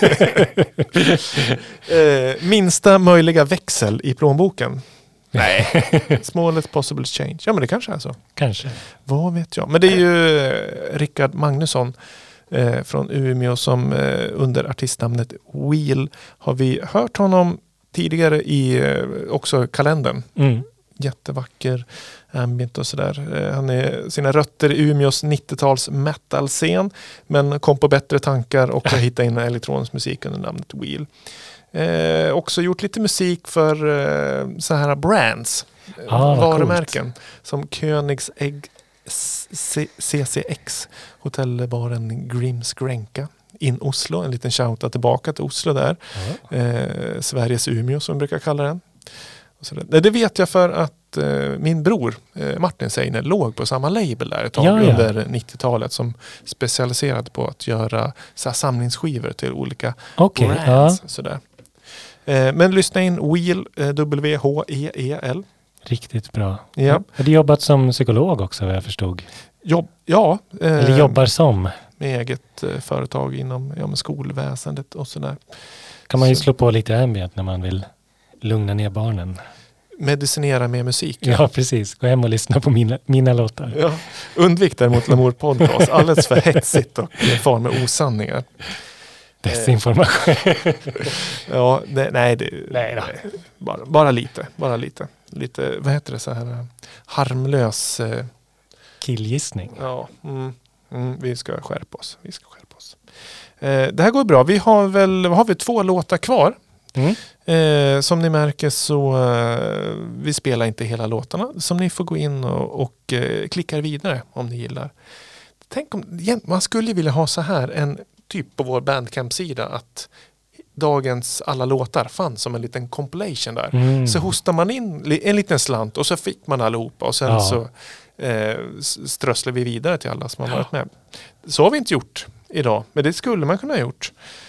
eh, minsta möjliga växel i plånboken. Nej. Smallest possible change. Ja, men det kanske är så. Kanske. Vad vet jag. Men det är ju eh, Rickard Magnusson eh, från Umeå som eh, under artistnamnet Wheel har vi hört honom tidigare i eh, också kalendern. Mm. Jättevacker ambient och sådär. Han är sina rötter i Umeås nittio-tals metal-scen men kom på bättre tankar och har hittat in elektronisk musik under namnet Wheel. Eh, också gjort lite musik för eh, så här brands, Ah, varumärken coolt. Som Koenigsegg C C X, hotellbaren Grims Grenka, in Oslo. En liten shoutout tillbaka till Oslo där. Mm. Eh, Sveriges Umeå som vi brukar kalla den. Och så det, det vet jag för att eh, min bror eh, Martin Seiner låg på samma label där ett tag ja, ja. under nittiotalet som specialiserad på att göra så här, samlingsskivor till olika okay, brands. Ja. Sådär. Eh, men lyssna in Wheel, eh, W H E E L. Riktigt bra. Ja. Har du jobbat som psykolog också vad jag förstod? Jobb, ja. Eh, Eller jobbar som? Med eget eh, företag inom ja, med skolväsendet och sådär. Kan man ju så. slå på lite ambient när man vill lugna ner barnen. Medicinera med musik. Ja, ja precis. Gå hem och lyssna på mina, mina låtar. Ja. Undvik däremot Lamour Podcast. Alldeles för hetsigt och far med osanningar. Desinformation. ja, det, nej, det, nej då. Bara, bara lite. Bara lite. Lite, vad heter det så här harmlös... Eh, killgissning. Ja, mm, mm, vi ska skärpa oss. Vi ska skärpa oss. Eh, det här går bra. Vi har väl har vi två låtar kvar. Mm. Eh, som ni märker så eh, vi spelar inte hela låtarna. Som ni får gå in och, och eh, klicka vidare om ni gillar. Tänk om, man skulle vilja ha så här en typ på vår Bandcamp-sida att dagens alla låtar fanns som en liten compilation där. Mm. Så hostar man in en liten slant och så fick man allihopa och sen ja. så eh, strösslar vi vidare till alla som har varit med. Så har vi inte gjort idag, men det skulle man kunna ha gjort.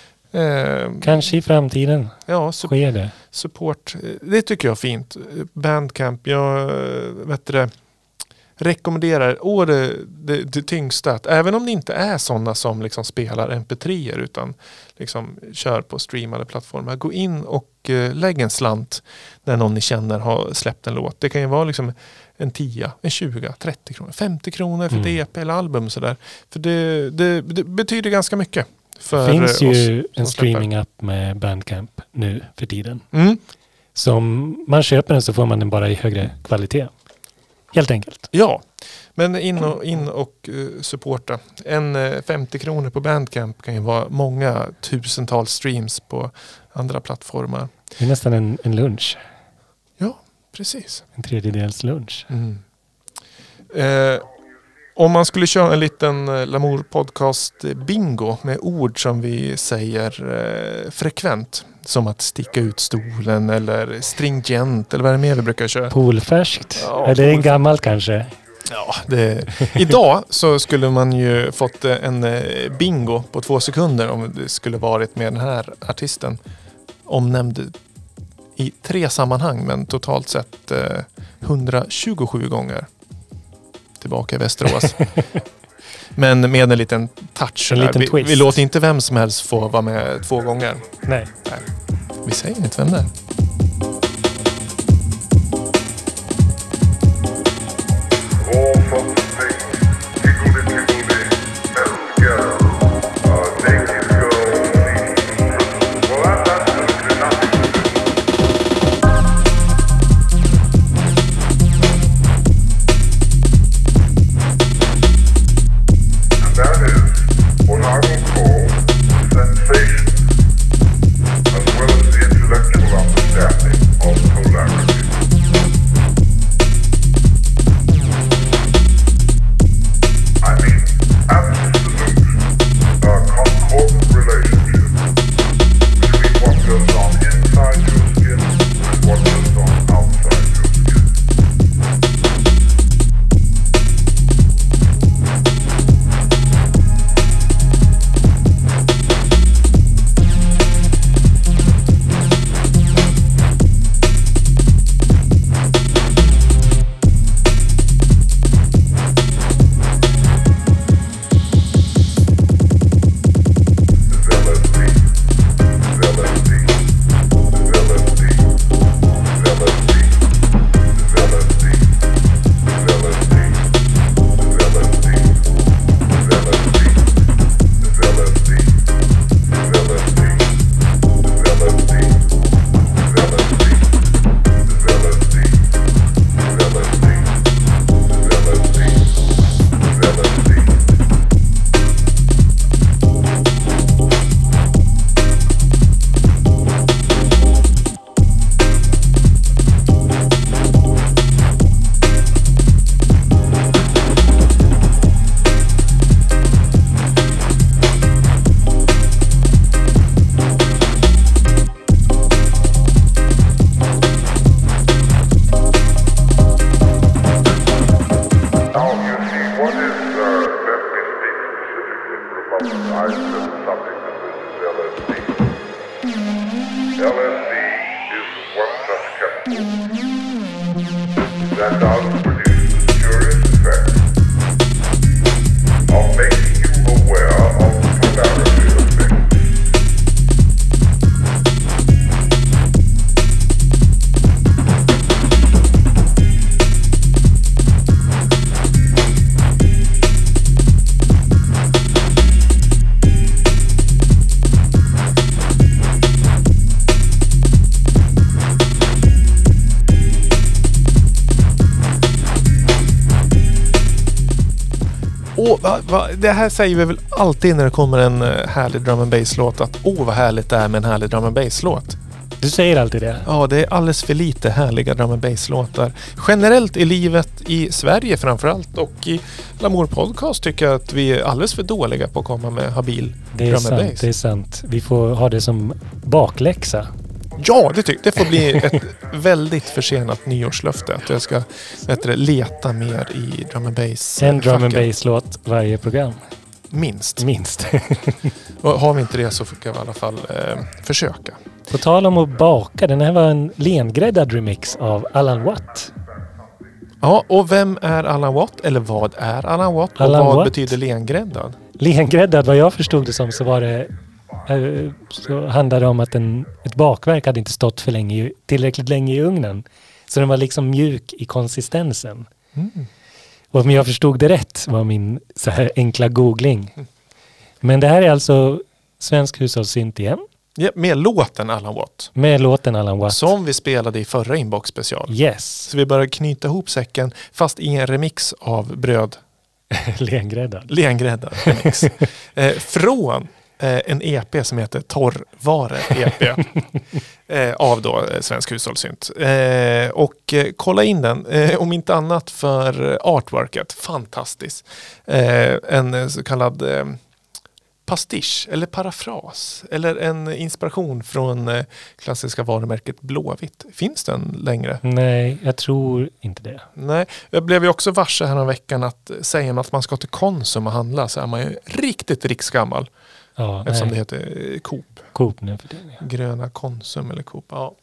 Eh, Kanske i framtiden ja, su- sker det. Support, det tycker jag är fint. Bandcamp, jag vet det, rekommenderar å det, det, det tyngsta att även om det inte är sådana som liksom spelar M P tre utan liksom kör på streamade plattformar, gå in och uh, lägg en slant när någon ni känner har släppt en låt. Det kan ju vara liksom en tio, en tjugo, trettio kronor, femtio kronor för mm. ett E P eller album sådär. För det, det, det betyder ganska mycket. För det finns ju oss en streaming-app med Bandcamp nu för tiden. Mm. Som man köper den så får man den bara i högre kvalitet. Helt enkelt. Ja, men in och, in och uh, supporta. En uh, femtio kronor på Bandcamp kan ju vara många tusentals streams på andra plattformar. Det är nästan en, en lunch. Ja, precis. En tredjedels lunch. Mm. Uh, om man skulle köra en liten uh, Lamour Podcast bingo med ord som vi säger uh, frekvent. Som att sticka ut stolen eller stringent eller vad är det mer vi brukar köra? Poolfärskt. Ja, är det en gammal kanske? Ja, det, idag så skulle man ju fått en bingo på två sekunder om det skulle varit med den här artisten omnämnd i tre sammanhang men totalt sett eh, hundratjugosju gånger tillbaka i Västerås. Men med en liten touch. En liten vi, twist. vi låter inte vem som helst få vara med två gånger. Nej. Nej. Vi säger inte vem det är. Sensation, as well as the intellectual opportunity. subject of which is L S D. L S D is one such chemical that does produce the curious effect of making you aware of the polarity of things. Åh, va, va, det här säger vi väl alltid när det kommer en uh, härlig drum and bass-låt att åh vad härligt det är med en härlig drum and bass-låt. Du säger alltid det. Ja, det är alldeles för lite härliga drum and bass-låtar. Generellt i livet i Sverige framförallt och i Lamour Podcast tycker jag att vi är alldeles för dåliga på att komma med habil Det är drum and sant, bass. det är sant. Vi får ha det som bakläxa. Ja, det tycker det får bli ett väldigt försenat nyårslöfte att jag ska vet du, leta mer i drum and bass. En drum and facken. bass-låt varje program. Minst. Minst. Och har vi inte det så får jag i alla fall eh, försöka. På tal om att baka, den här var en lengräddad remix av Alan Watt. Ja, och vem är Alan Watt? Eller vad är Alan Watt? Och Alan vad Watt? betyder lengräddad? Lengräddad, vad jag förstod det som, så var det eh, så handlade det om att en, ett bakverk hade inte stått för länge, tillräckligt länge i ugnen. Så den var liksom mjuk i konsistensen. Mm. Och om jag förstod det rätt var min så här enkla googling. Men det här är alltså svensk hushållssynt igen. Ja, med låten Alan Watt. Med låten Alan Watt. Som vi spelade i förra Inbox special. Yes. Så vi började knyta ihop säcken fast i en remix av bröd. Lengräddad. Lengräddad remix. eh, från eh, en E P som heter Torrvare E P. eh, av då eh, Svensk hushållssynt. Eh, och eh, kolla in den. Eh, om inte annat för artworket. Fantastiskt. Eh, en eh, så kallad eh, pastisch eller parafras. Eller en inspiration från eh, klassiska varumärket Blåvitt. Finns den längre? Nej, jag tror inte det. Nej, jag blev ju också varse här en veckan att säger man att man ska till Konsum och handla så är man ju riktigt riksgammal. Ja, Eftersom nej. det heter Coop. Coop nu för tiden. Gröna Konsum eller Coop. Ja.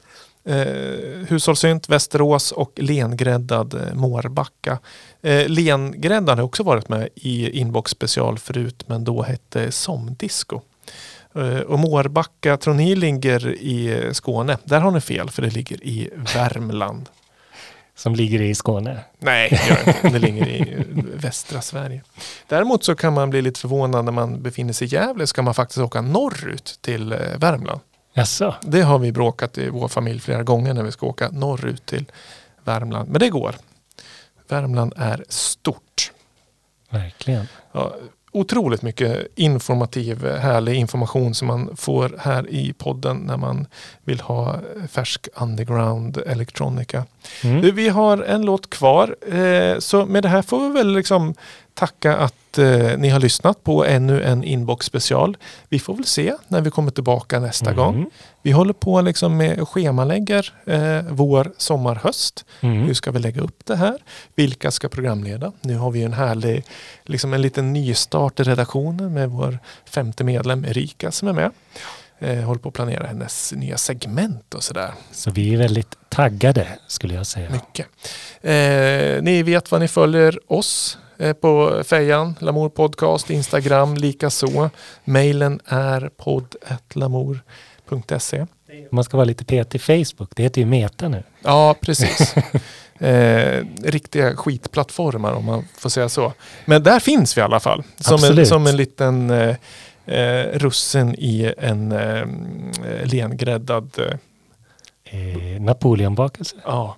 Eh, hushållssynt, Västerås och lengräddad eh, Mårbacka. Eh, lengräddan har också varit med i Inbox special förut men då hette Somdisco. Eh, och Mårbacka, tror ni ligger i Skåne? Där har ni fel för det ligger i Värmland. Som ligger i Skåne. Nej, det gör det inte. Det ligger i västra Sverige. Däremot så kan man bli lite förvånad när man befinner sig i Gävle. Ska man faktiskt åka norrut till Värmland. Jaså? Det har vi bråkat i vår familj flera gånger när vi ska åka norrut till Värmland. Men det går. Värmland är stort. Verkligen. Ja, otroligt mycket informativ, härlig information som man får här i podden när man vill ha färsk underground electronica. Mm. Vi har en låt kvar, så med det här får vi väl liksom tacka att eh, ni har lyssnat på ännu en Inbox special. Vi får väl se när vi kommer tillbaka nästa Mm. gång. Vi håller på liksom med schemalägger eh, vår, sommar, höst. Mm. Hur ska vi lägga upp det här? Vilka ska programleda? Nu har vi en härlig, liksom en liten nystart i redaktionen med vår femte medlem Erika som är med. Eh, håller på att planera hennes nya segment och sådär. Så vi är väldigt taggade skulle jag säga. Mycket. Eh, ni vet vad ni följer oss eh, på Fejan, Lamour Podcast, Instagram, lika så. Mailen är podd at lamour punkt se. Man ska vara lite petig i Facebook. Det heter ju Meta nu. Ja, precis. eh, riktiga skitplattformar om man får säga så. Men där finns vi i alla fall. Som, en, Absolut. som en liten eh, eh, russen i en eh, lengräddad... Eh, Eh, Napoleonbakelse. Ja,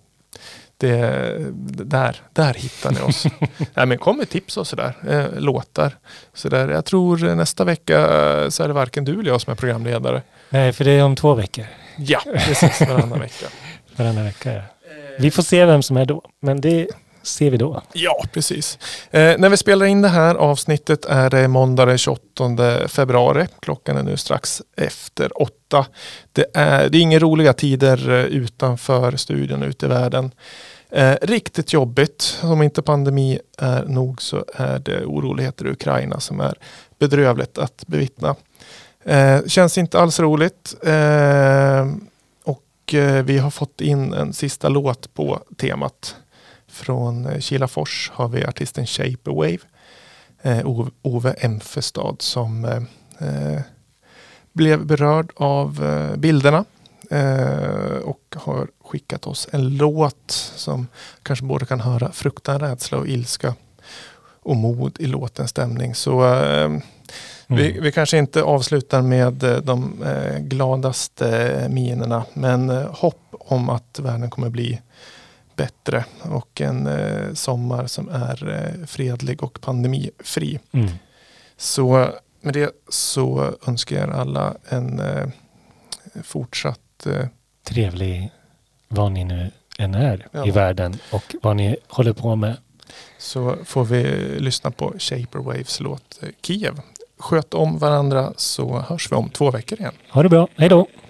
det, där, där hittar ni oss. Nej, men kom med tips och sådär, eh, låtar. Så där. Jag tror nästa vecka så är det varken du eller jag som är programledare. Nej, för det är om två veckor. Ja, precis, varannan vecka. Varannan vecka, ja. Vi får se vem som är då. Men det ser vi då. Ja, precis. Eh, när vi spelar in det här avsnittet är det måndag den tjugoåttonde februari. Klockan är nu strax efter åtta. Det är, det är inga roliga tider eh, utanför studion ute i världen. Eh, riktigt jobbigt. Om inte pandemi är nog så är det oroligheter i Ukraina som är bedrövligt att bevittna. Eh, känns inte alls roligt. Eh, och eh, vi har fått in en sista låt på temat. Från eh, Kilafors har vi artisten Shape Wave. Eh, Ove, Ove Emfestad som eh, blev berörd av eh, bilderna. Eh, och har skickat oss en låt som kanske både kan höra fruktan, rädsla och ilska. Och mod i låtens stämning. Så eh, mm. vi, vi kanske inte avslutar med de eh, gladaste minerna. Men eh, hopp om att världen kommer bli bättre. Och en eh, sommar som är eh, fredlig och pandemifri. Mm. Så med det så önskar jag alla en eh, fortsatt... Eh, Trevlig vad ni nu än är ja. i världen och vad ni håller på med. Så får vi lyssna på Shaper Waves låt Kiev. Sköt om varandra så hörs vi om två veckor igen. Ha det bra. Hej då!